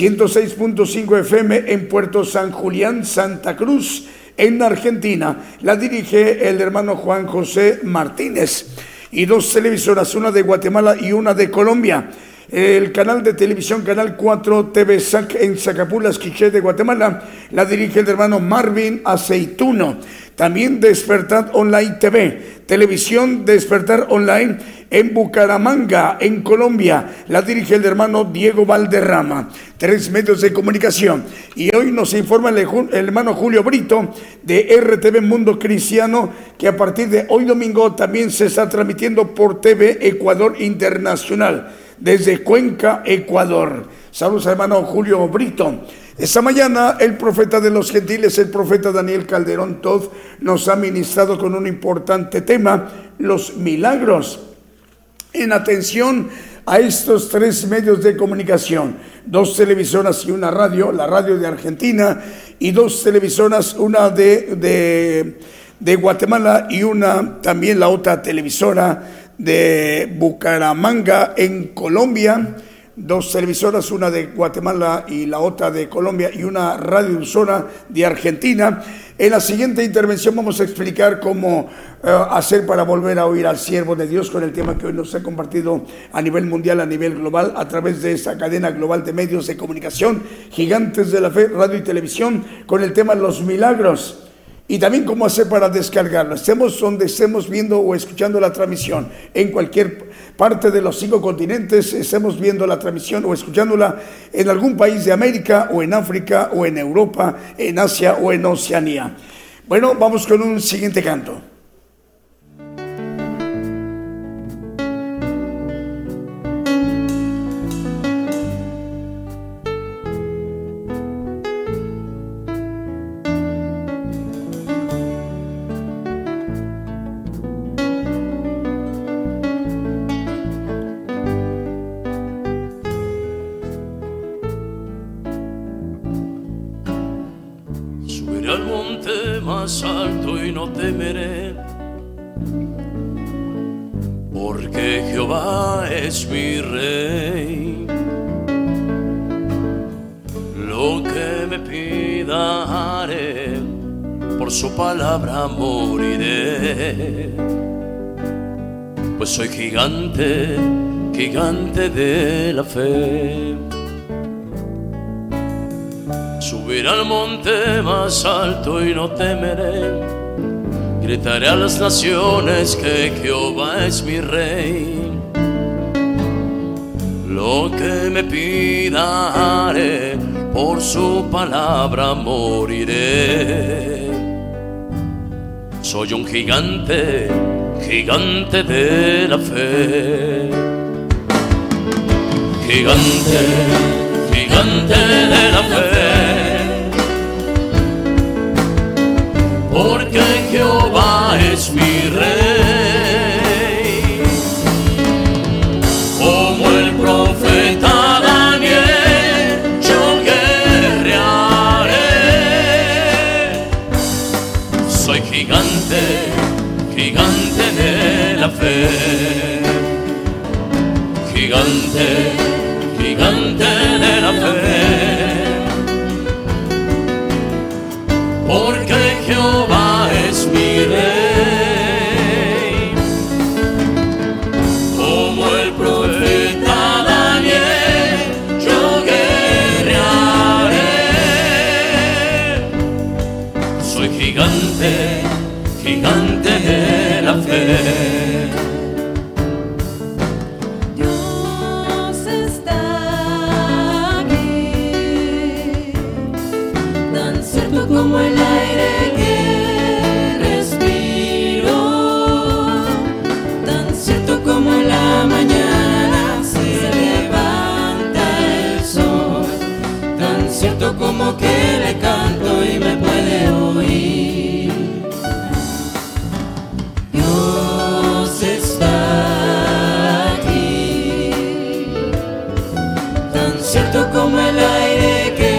106.5 FM en Puerto San Julián, Santa Cruz, en Argentina. La dirige el hermano Juan José Martínez. Y 2 televisoras, una de Guatemala y una de Colombia. el canal de televisión Canal 4 TV SAC en Zacapulas, Quiché de Guatemala, la dirige el hermano Marvin Aceituno. También Despertar Online TV, televisión Despertar Online en Bucaramanga, en Colombia, la dirige el hermano Diego Valderrama. 3 medios de comunicación. Y hoy nos informa el hermano Julio Brito de RTV Mundo Cristiano, que a partir de hoy domingo también se está transmitiendo por TV Ecuador Internacional, desde Cuenca, Ecuador. Saludos, hermano Julio Brito. Esta mañana el profeta de los gentiles, el profeta Daniel Calderón Todd, nos ha ministrado con un importante tema, los milagros. En atención a estos 3 medios de comunicación, 2 televisoras y una radio, la radio de Argentina, y 2 televisoras, una de Guatemala y una también la otra televisora de Bucaramanga en Colombia. 2 televisoras, una de Guatemala y la otra de Colombia, y una radiodifusora de Argentina. En la siguiente intervención vamos a explicar cómo hacer para volver a oír al siervo de Dios, con el tema que hoy nos ha compartido a nivel mundial, a nivel global, a través de esta cadena global de medios de comunicación, Gigantes de la Fe, radio y televisión, con el tema los milagros. Y también cómo hacer para descargarlo. Estemos donde estemos viendo o escuchando la transmisión, en cualquier parte de los 5 continentes, estemos viendo la transmisión o escuchándola en algún país de América o en África o en Europa, en Asia o en Oceanía. Bueno, vamos con un siguiente canto. Alto y no temeré, porque Jehová es mi rey. Lo que me pida haré, por su palabra moriré. Pues soy gigante, gigante de la fe. Subiré al monte más alto y no temeré. Gritaré a las naciones que Jehová es mi rey. Lo que me pida haré, por su palabra moriré. Soy un gigante, gigante de la fe. Gigante, gigante de la fe. Porque Jehová es mi rey. Como el profeta Daniel, yo guerrearé. Soy gigante, gigante de la fe. Gigante, gigante de la fe. Porque Jehová es mi rey. Como el profeta Daniel, yo guerrearé. Soy gigante, gigante de la fe. Dios está aquí, tan cierto como el aire que respiro, tan cierto como en la mañana se levanta el sol, tan cierto como que le canto y me puede oír. Dios está aquí, tan cierto como el aire que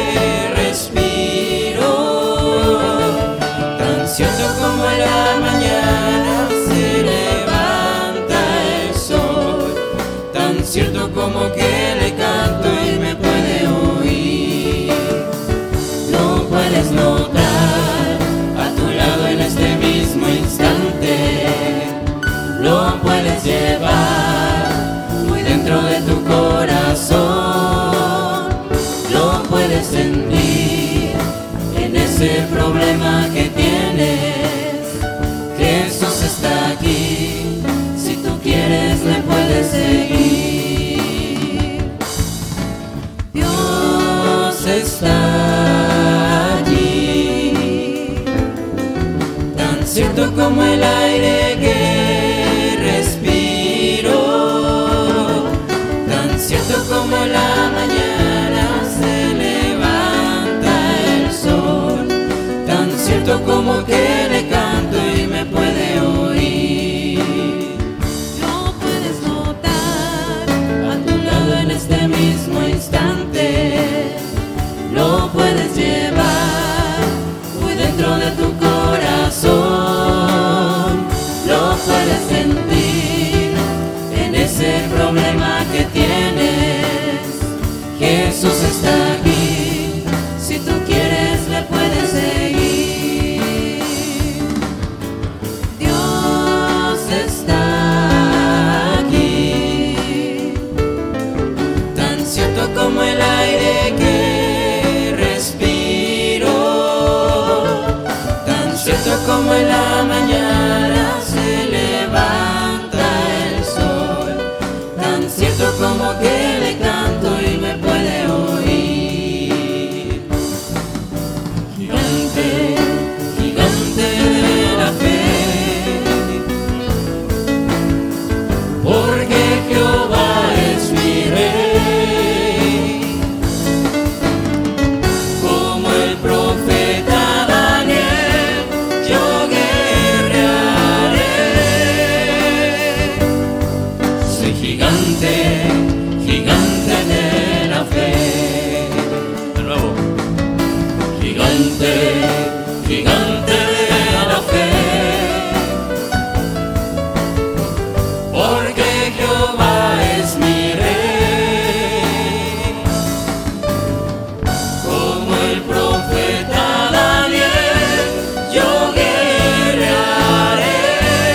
cierto como en la mañana se levanta el sol, tan cierto como que le canto y me puede oír. Lo puedes notar a tu lado en este mismo instante, lo puedes llevar muy dentro de tu corazón. como en la mañana se levanta el sol, tan cierto como que le canto y me puede oír. Gigante, gigante de la fe, porque Jehová es mi rey. Como el profeta Daniel, yo guerrearé. Soy gigante, gigante de la fe. De nuevo. Gigante, gigante de la fe, porque Jehová es mi rey. Como el profeta Daniel, yo guerrearé.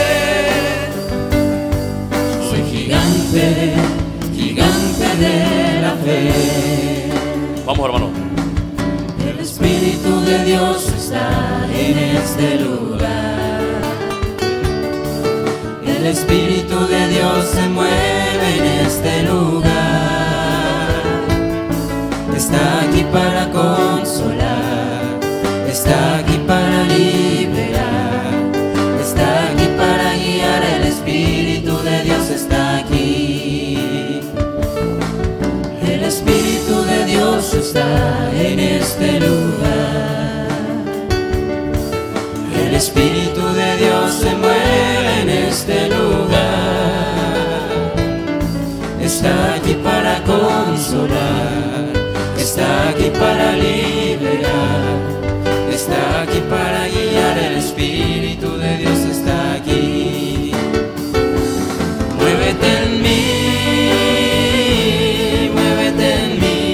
Soy gigante, gigante de la fe. Vamos, hermano. El Espíritu de Dios está en este lugar. El Espíritu de Dios se mueve en este lugar. Está aquí para consolar, está aquí para liberar, está aquí para guiar. El Espíritu de Dios está aquí. El Espíritu de Dios está en este lugar. El Espíritu de Dios se mueve en este lugar. Está aquí para consolar, está aquí para liberar, está aquí para guiar. El Espíritu de Dios está aquí. Muévete en mí, muévete en mí.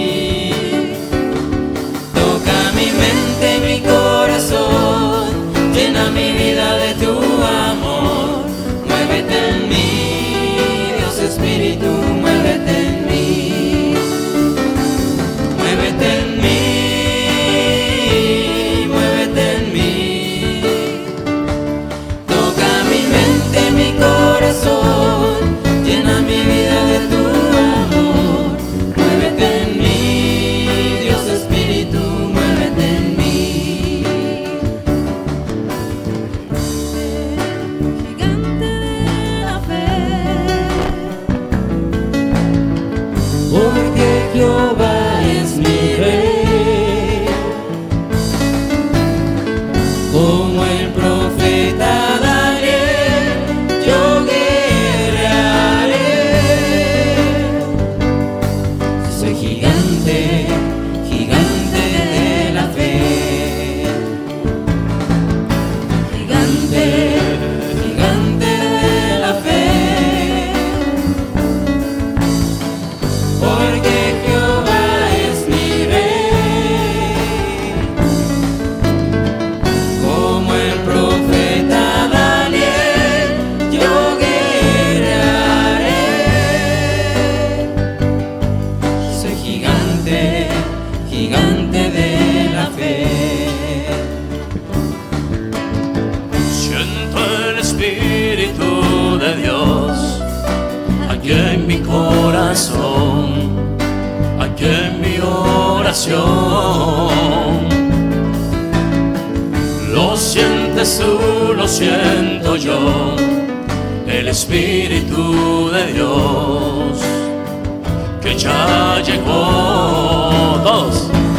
Toca mi mente y mi corazón, llena mi vida de tu amor. Muévete en mí, Dios Espíritu, muévete en mí. Muévete en mí, muévete en mí. Toca mi mente y mi corazón, llena mi vida de tu amor. Muévete en mí, Dios Espíritu, muévete en mí. Gigante de la fe, Porque Jehová es mi rey. Como el profeta Daniel, yo guerrearé. Soy gigante, gigante de la fe. Gigante, gigante de la fe. Porque Jehová es mi rey. Como el profeta Daniel, yo guerrearé. Soy gigante, gigante de la fe. Siento el Espíritu de Dios aquí en mi corazón, aquí en mi oración. Lo sientes tú, lo siento yo, el Espíritu de Dios que ya llegó. Todos.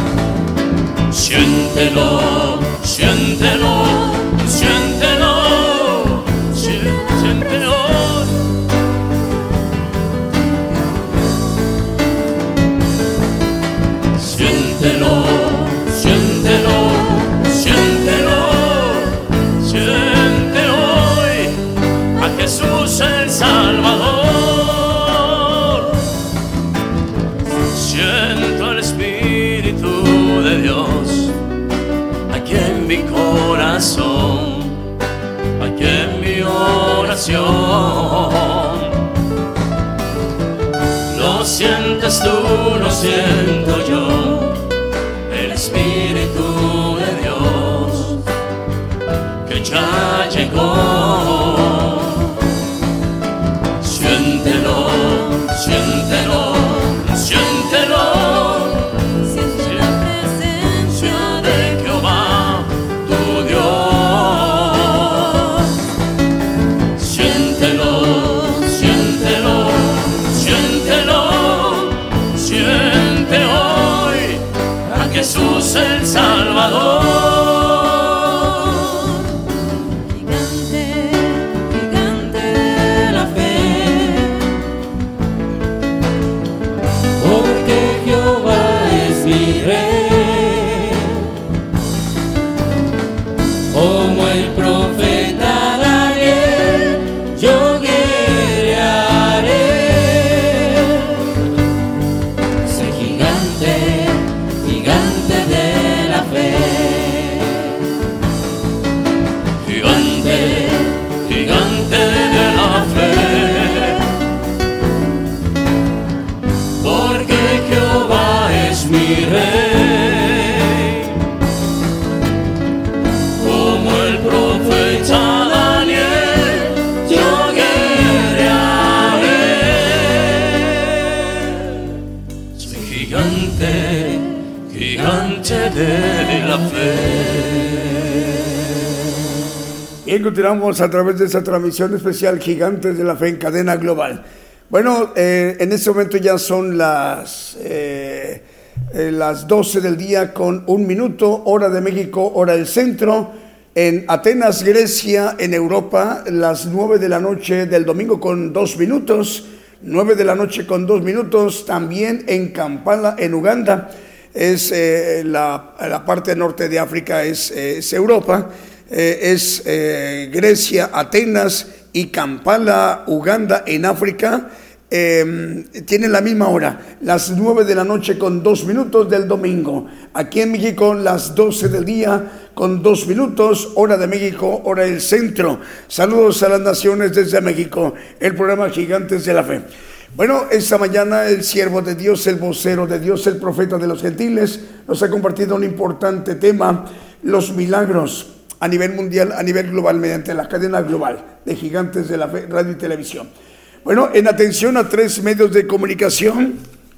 Siéntelo, siéntelo, siéntelo, siéntelo. Siéntelo, siéntelo, siéntelo, siente hoy a Jesús el Salvador. Siento el Espíritu de Dios aquí en mi corazón, aquí en mi oración. Lo sientes tú, lo siento yo, el Espíritu de Dios que ya llegó. Siéntelo, siéntelo, siéntelo. Siente la presencia De Jehová, tu Dios. Siéntelo, siéntelo, siéntelo. Siente hoy a Jesús el Salvador. gigante, gigante de la fe. Porque Jehová es mi rey, como el profeta Daniel, yo guerrearé. Soy gigante, gigante de la fe. Gigante, gigante de la fe. Porque Jehová es mi rey, como el profeta Daniel, yo guerrearé. Soy gigante, gigante de la fe. Bien, continuamos a través de esta transmisión especial Gigantes de la Fe en cadena global. Bueno, en este momento ya son las 12 del día con 1 minuto, hora de México, hora del centro. En Atenas, Grecia, en Europa, las 9 de la noche del domingo con 2 minutos. 9 de la noche con 2 minutos. También en Kampala, en Uganda. Es la parte norte de África, es Europa. Grecia, Atenas y Kampala, Uganda, en África, tienen la misma hora, las 9 de la noche con 2 minutos del domingo. Aquí en México, las 12 del día con 2 minutos, hora de México, hora del centro. Saludos a las naciones desde México, el programa Gigantes de la Fe. Bueno, esta mañana el siervo de Dios, el vocero de Dios, el profeta de los gentiles, nos ha compartido un importante tema, los milagros a nivel mundial, a nivel global, mediante la cadena global de Gigantes de la Fe, radio y televisión. Bueno, en atención a 3 medios de comunicación,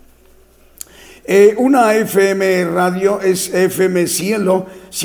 una FM radio es FM Cielo,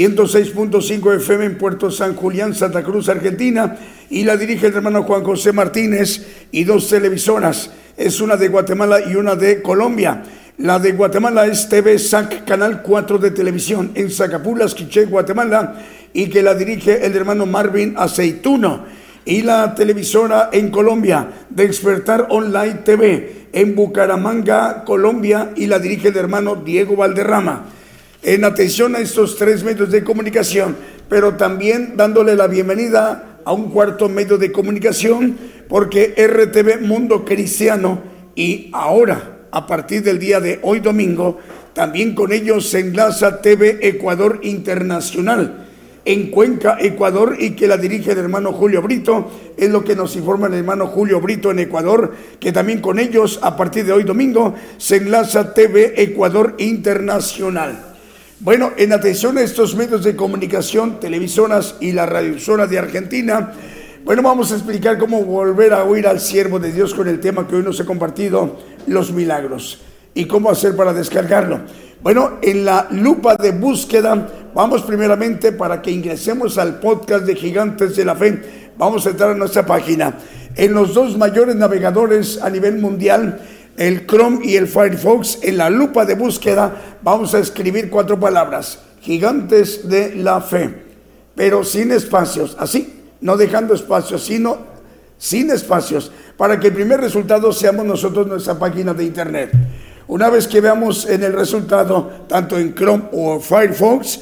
106.5 FM en Puerto San Julián, Santa Cruz, Argentina, y la dirige el hermano Juan José Martínez, y 2 televisoras, es una de Guatemala y una de Colombia. La de Guatemala es TV SAC, canal 4 de televisión, en Zacapulas, Quiché, Guatemala, y que la dirige el hermano Marvin Aceituno. Y la televisora en Colombia, Despertar Online TV, en Bucaramanga, Colombia, y la dirige el hermano Diego Valderrama. En atención a estos 3 medios de comunicación, pero también dándole la bienvenida a un 4º medio de comunicación, porque RTV Mundo Cristiano, y ahora, a partir del día de hoy domingo, también con ellos se enlaza TV Ecuador Internacional en Cuenca, Ecuador, y que la dirige el hermano Julio Brito. Es lo que nos informa el hermano Julio Brito en Ecuador, que también con ellos a partir de hoy domingo se enlaza TV Ecuador Internacional. Bueno, en atención a estos medios de comunicación, televisoras y la radiodifusora de Argentina, bueno, vamos a explicar cómo volver a oír al siervo de Dios con el tema que hoy nos ha compartido, los milagros, y cómo hacer para descargarlo. Bueno, en la lupa de búsqueda, vamos primeramente para que ingresemos al podcast de Gigantes de la Fe. Vamos a entrar a nuestra página. En los 2 mayores navegadores a nivel mundial, el Chrome y el Firefox, en la lupa de búsqueda, vamos a escribir 4 palabras: Gigantes de la Fe, pero sin espacios, así, no dejando espacios, sino sin espacios, para que el primer resultado seamos nosotros, nuestra página de internet. Una vez que veamos en el resultado, tanto en Chrome o Firefox,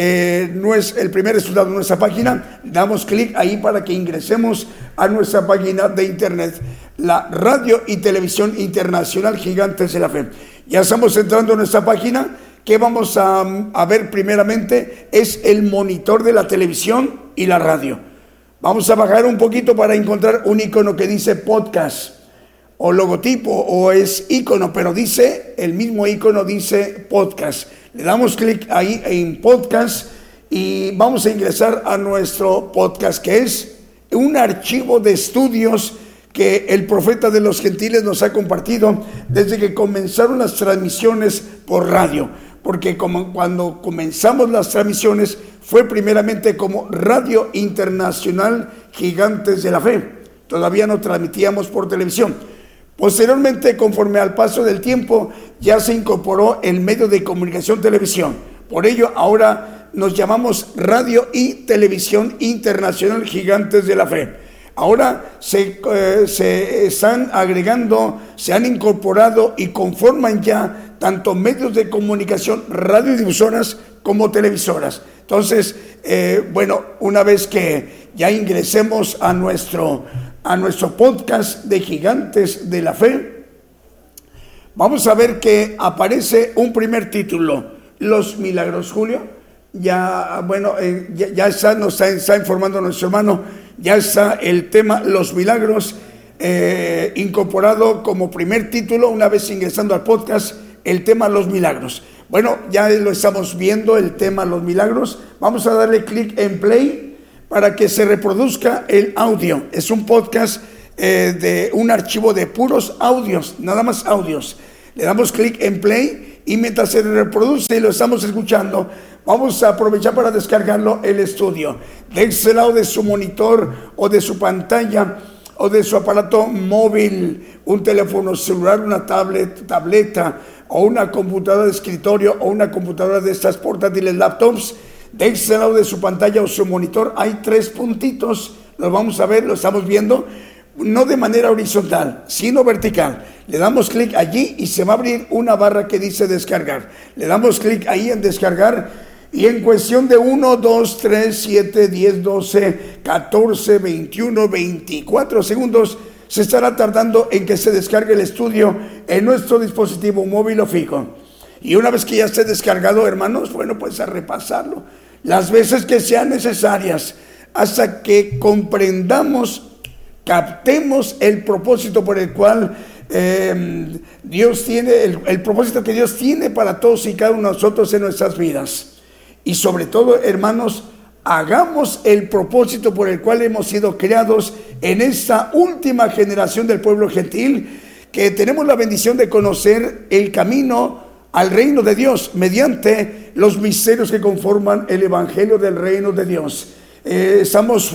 no es el primer resultado de nuestra página, damos clic ahí para que ingresemos a nuestra página de internet, la radio y televisión internacional Gigantes de la Fe. Ya estamos entrando en nuestra página. ¿Qué vamos a ver primeramente? Es el monitor de la televisión y la radio. Vamos a bajar un poquito para encontrar un icono que dice podcast, o logotipo, o es icono, pero dice, el mismo icono dice podcast. Le damos clic ahí en podcast, y vamos a ingresar a nuestro podcast, que es un archivo de estudios que el profeta de los gentiles nos ha compartido desde que comenzaron las transmisiones por radio, porque cuando comenzamos las transmisiones fue primeramente como Radio Internacional Gigantes de la Fe, todavía no transmitíamos por televisión. Posteriormente, conforme al paso del tiempo, ya se incorporó el medio de comunicación televisión. Por ello, ahora nos llamamos Radio y Televisión Internacional Gigantes de la Fe. Ahora se están agregando, se han incorporado y conforman ya tanto medios de comunicación, radiodifusoras como televisoras. Entonces, una vez que ya ingresemos a nuestro podcast de Gigantes de la Fe, vamos a ver que aparece un primer título, Los Milagros. Julio, ya nos está informando nuestro hermano. Ya está el tema Los Milagros incorporado como primer título, una vez ingresando al podcast, el tema Los Milagros. Bueno, ya lo estamos viendo, el tema Los Milagros. Vamos a darle clic en play para que se reproduzca el audio. Es un podcast de un archivo de puros audios, nada más audios. Le damos clic en play y mientras se reproduce y lo estamos escuchando, vamos a aprovechar para descargarlo el estudio. De este lado de su monitor o de su pantalla o de su aparato móvil, un teléfono celular, una tableta o una computadora de escritorio o una computadora de estas portátiles laptops, de este lado de su pantalla o su monitor hay 3 puntitos, los vamos a ver, lo estamos viendo, no de manera horizontal, sino vertical. Le damos clic allí y se va a abrir una barra que dice descargar. Le damos clic ahí en descargar y en cuestión de 1, 2, 3, 7, 10, 12, 14, 21, 24 segundos se estará tardando en que se descargue el estudio en nuestro dispositivo móvil o fijo. Y una vez que ya esté descargado, hermanos, pues a repasarlo las veces que sean necesarias hasta que comprendamos, captemos el propósito por el cual Dios tiene, el propósito que Dios tiene para todos y cada uno de nosotros en nuestras vidas. Y sobre todo, hermanos, hagamos el propósito por el cual hemos sido creados en esta última generación del pueblo gentil, que tenemos la bendición de conocer el camino al reino de Dios mediante los misterios que conforman el evangelio del reino de Dios. Estamos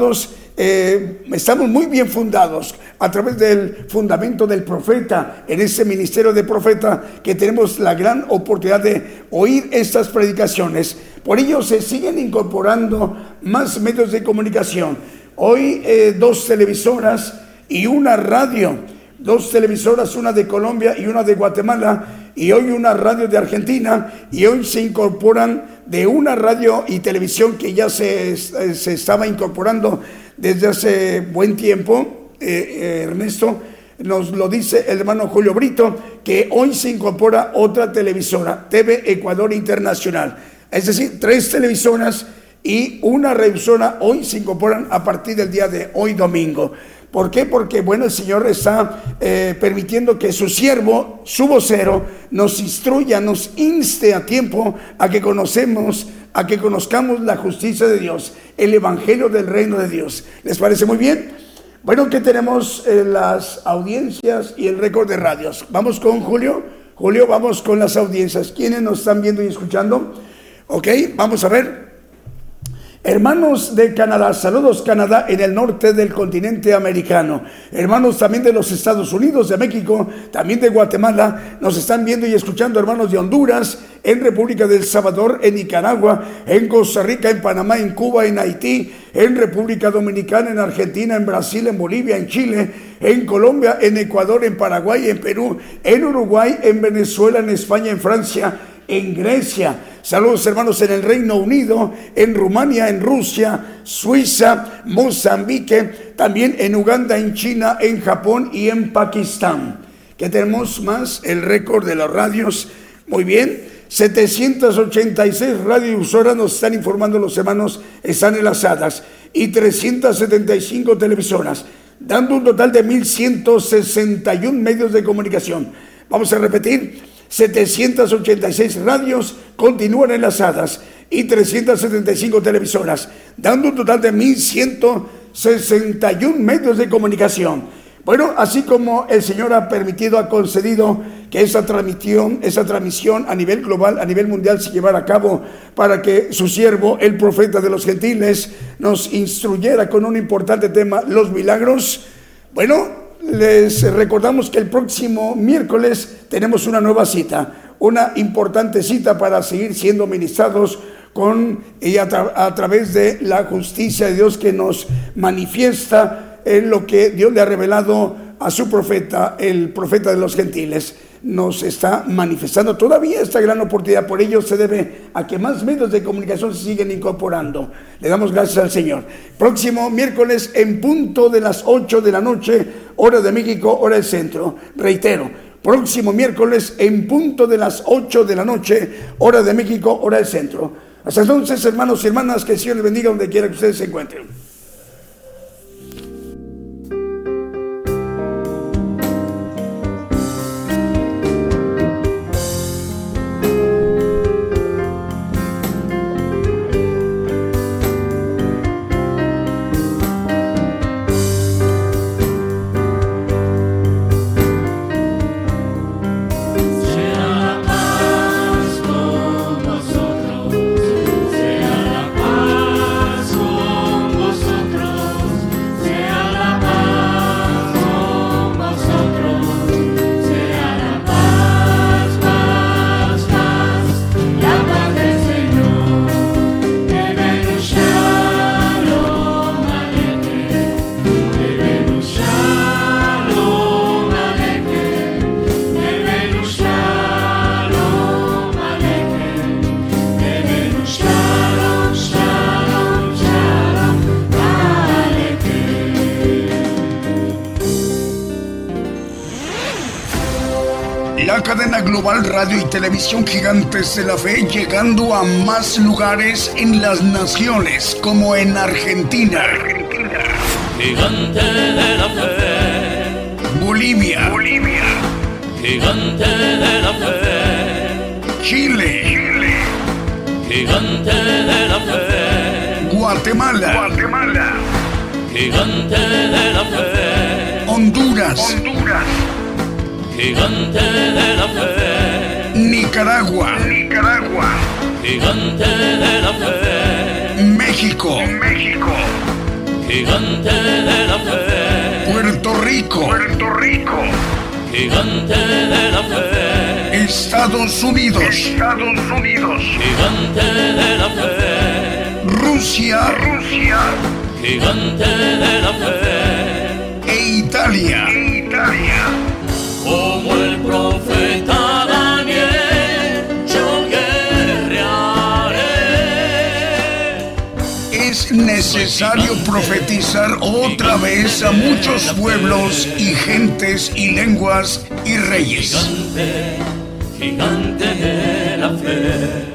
muy bien fundados a través del fundamento del profeta, en ese ministerio de profeta, que tenemos la gran oportunidad de oír estas predicaciones. Por ello se siguen incorporando más medios de comunicación. Hoy 2 televisoras y una radio, 2 televisoras, una de Colombia y una de Guatemala, y hoy una radio de Argentina, y hoy se incorporan de una radio y televisión que ya se estaba incorporando desde hace buen tiempo. Ernesto nos lo dice el hermano Julio Brito, que hoy se incorpora otra televisora, TV Ecuador Internacional. Es decir, 3 televisoras y una revisora hoy se incorporan a partir del día de hoy domingo. ¿Por qué? Porque, el Señor está permitiendo que su siervo, su vocero, nos instruya, nos inste a tiempo a que conozcamos la justicia de Dios, el evangelio del reino de Dios. ¿Les parece muy bien? Bueno, que tenemos las audiencias y el récord de radios. Vamos con Julio. Julio, vamos con las audiencias. ¿Quiénes nos están viendo y escuchando? Ok, vamos a ver. Hermanos de Canadá, saludos Canadá, en el norte del continente americano. Hermanos también de los Estados Unidos, de México, también de Guatemala, nos están viendo y escuchando. Hermanos de Honduras, en República del Salvador, en Nicaragua, en Costa Rica, en Panamá, en Cuba, en Haití, en República Dominicana, en Argentina, en Brasil, en Bolivia, en Chile, en Colombia, en Ecuador, en Paraguay, en Perú, en Uruguay, en Venezuela, en España, en Francia, en Grecia. Saludos, hermanos, en el Reino Unido, en Rumania, en Rusia, Suiza, Mozambique, también en Uganda, en China, en Japón y en Pakistán. ¿Qué tenemos más? El récord de las radios. Muy bien, 786 radiodifusoras nos están informando los hermanos, están enlazadas, y 375 televisoras, dando un total de 1.161 medios de comunicación. Vamos a repetir: 786 radios continúan enlazadas y 375 televisoras, dando un total de 1.161 medios de comunicación. Bueno, así como el Señor ha permitido, ha concedido que esa transmisión a nivel global, a nivel mundial se llevara a cabo para que su siervo, el profeta de los gentiles, nos instruyera con un importante tema, los milagros. Bueno, les recordamos que el próximo miércoles tenemos una nueva cita, una importante cita para seguir siendo ministrados a través de la justicia de Dios que nos manifiesta en lo que Dios le ha revelado a su profeta, el profeta de los gentiles. Nos está manifestando todavía esta gran oportunidad. Por ello se debe a que más medios de comunicación se siguen incorporando. Le damos gracias al Señor. Próximo miércoles en punto de las 8 de la noche, hora de México, hora del centro. Reitero, próximo miércoles en punto de las 8 de la noche, hora de México, hora del centro. Hasta entonces, hermanos y hermanas, que el Señor les bendiga donde quiera que ustedes se encuentren. La cadena global radio y televisión Gigantes de la Fe, llegando a más lugares en las naciones, como en Argentina, Gigante de la Fe, Bolivia, Gigante de la Fe, Chile, Gigante de la Fe, Guatemala, Gigante de la Fe, Honduras, Gigante de la Fe, Nicaragua, Gigante de la Fe, México, Gigante de la Fe, Puerto Rico, Gigante de la Fe, Estados Unidos, Gigante de la Fe, Rusia, Gigante de la Fe, e Italia. Como el profeta Daniel, yo guerrearé. Es necesario profetizar otra vez a muchos pueblos y gentes y lenguas y reyes. Gigante de la fe.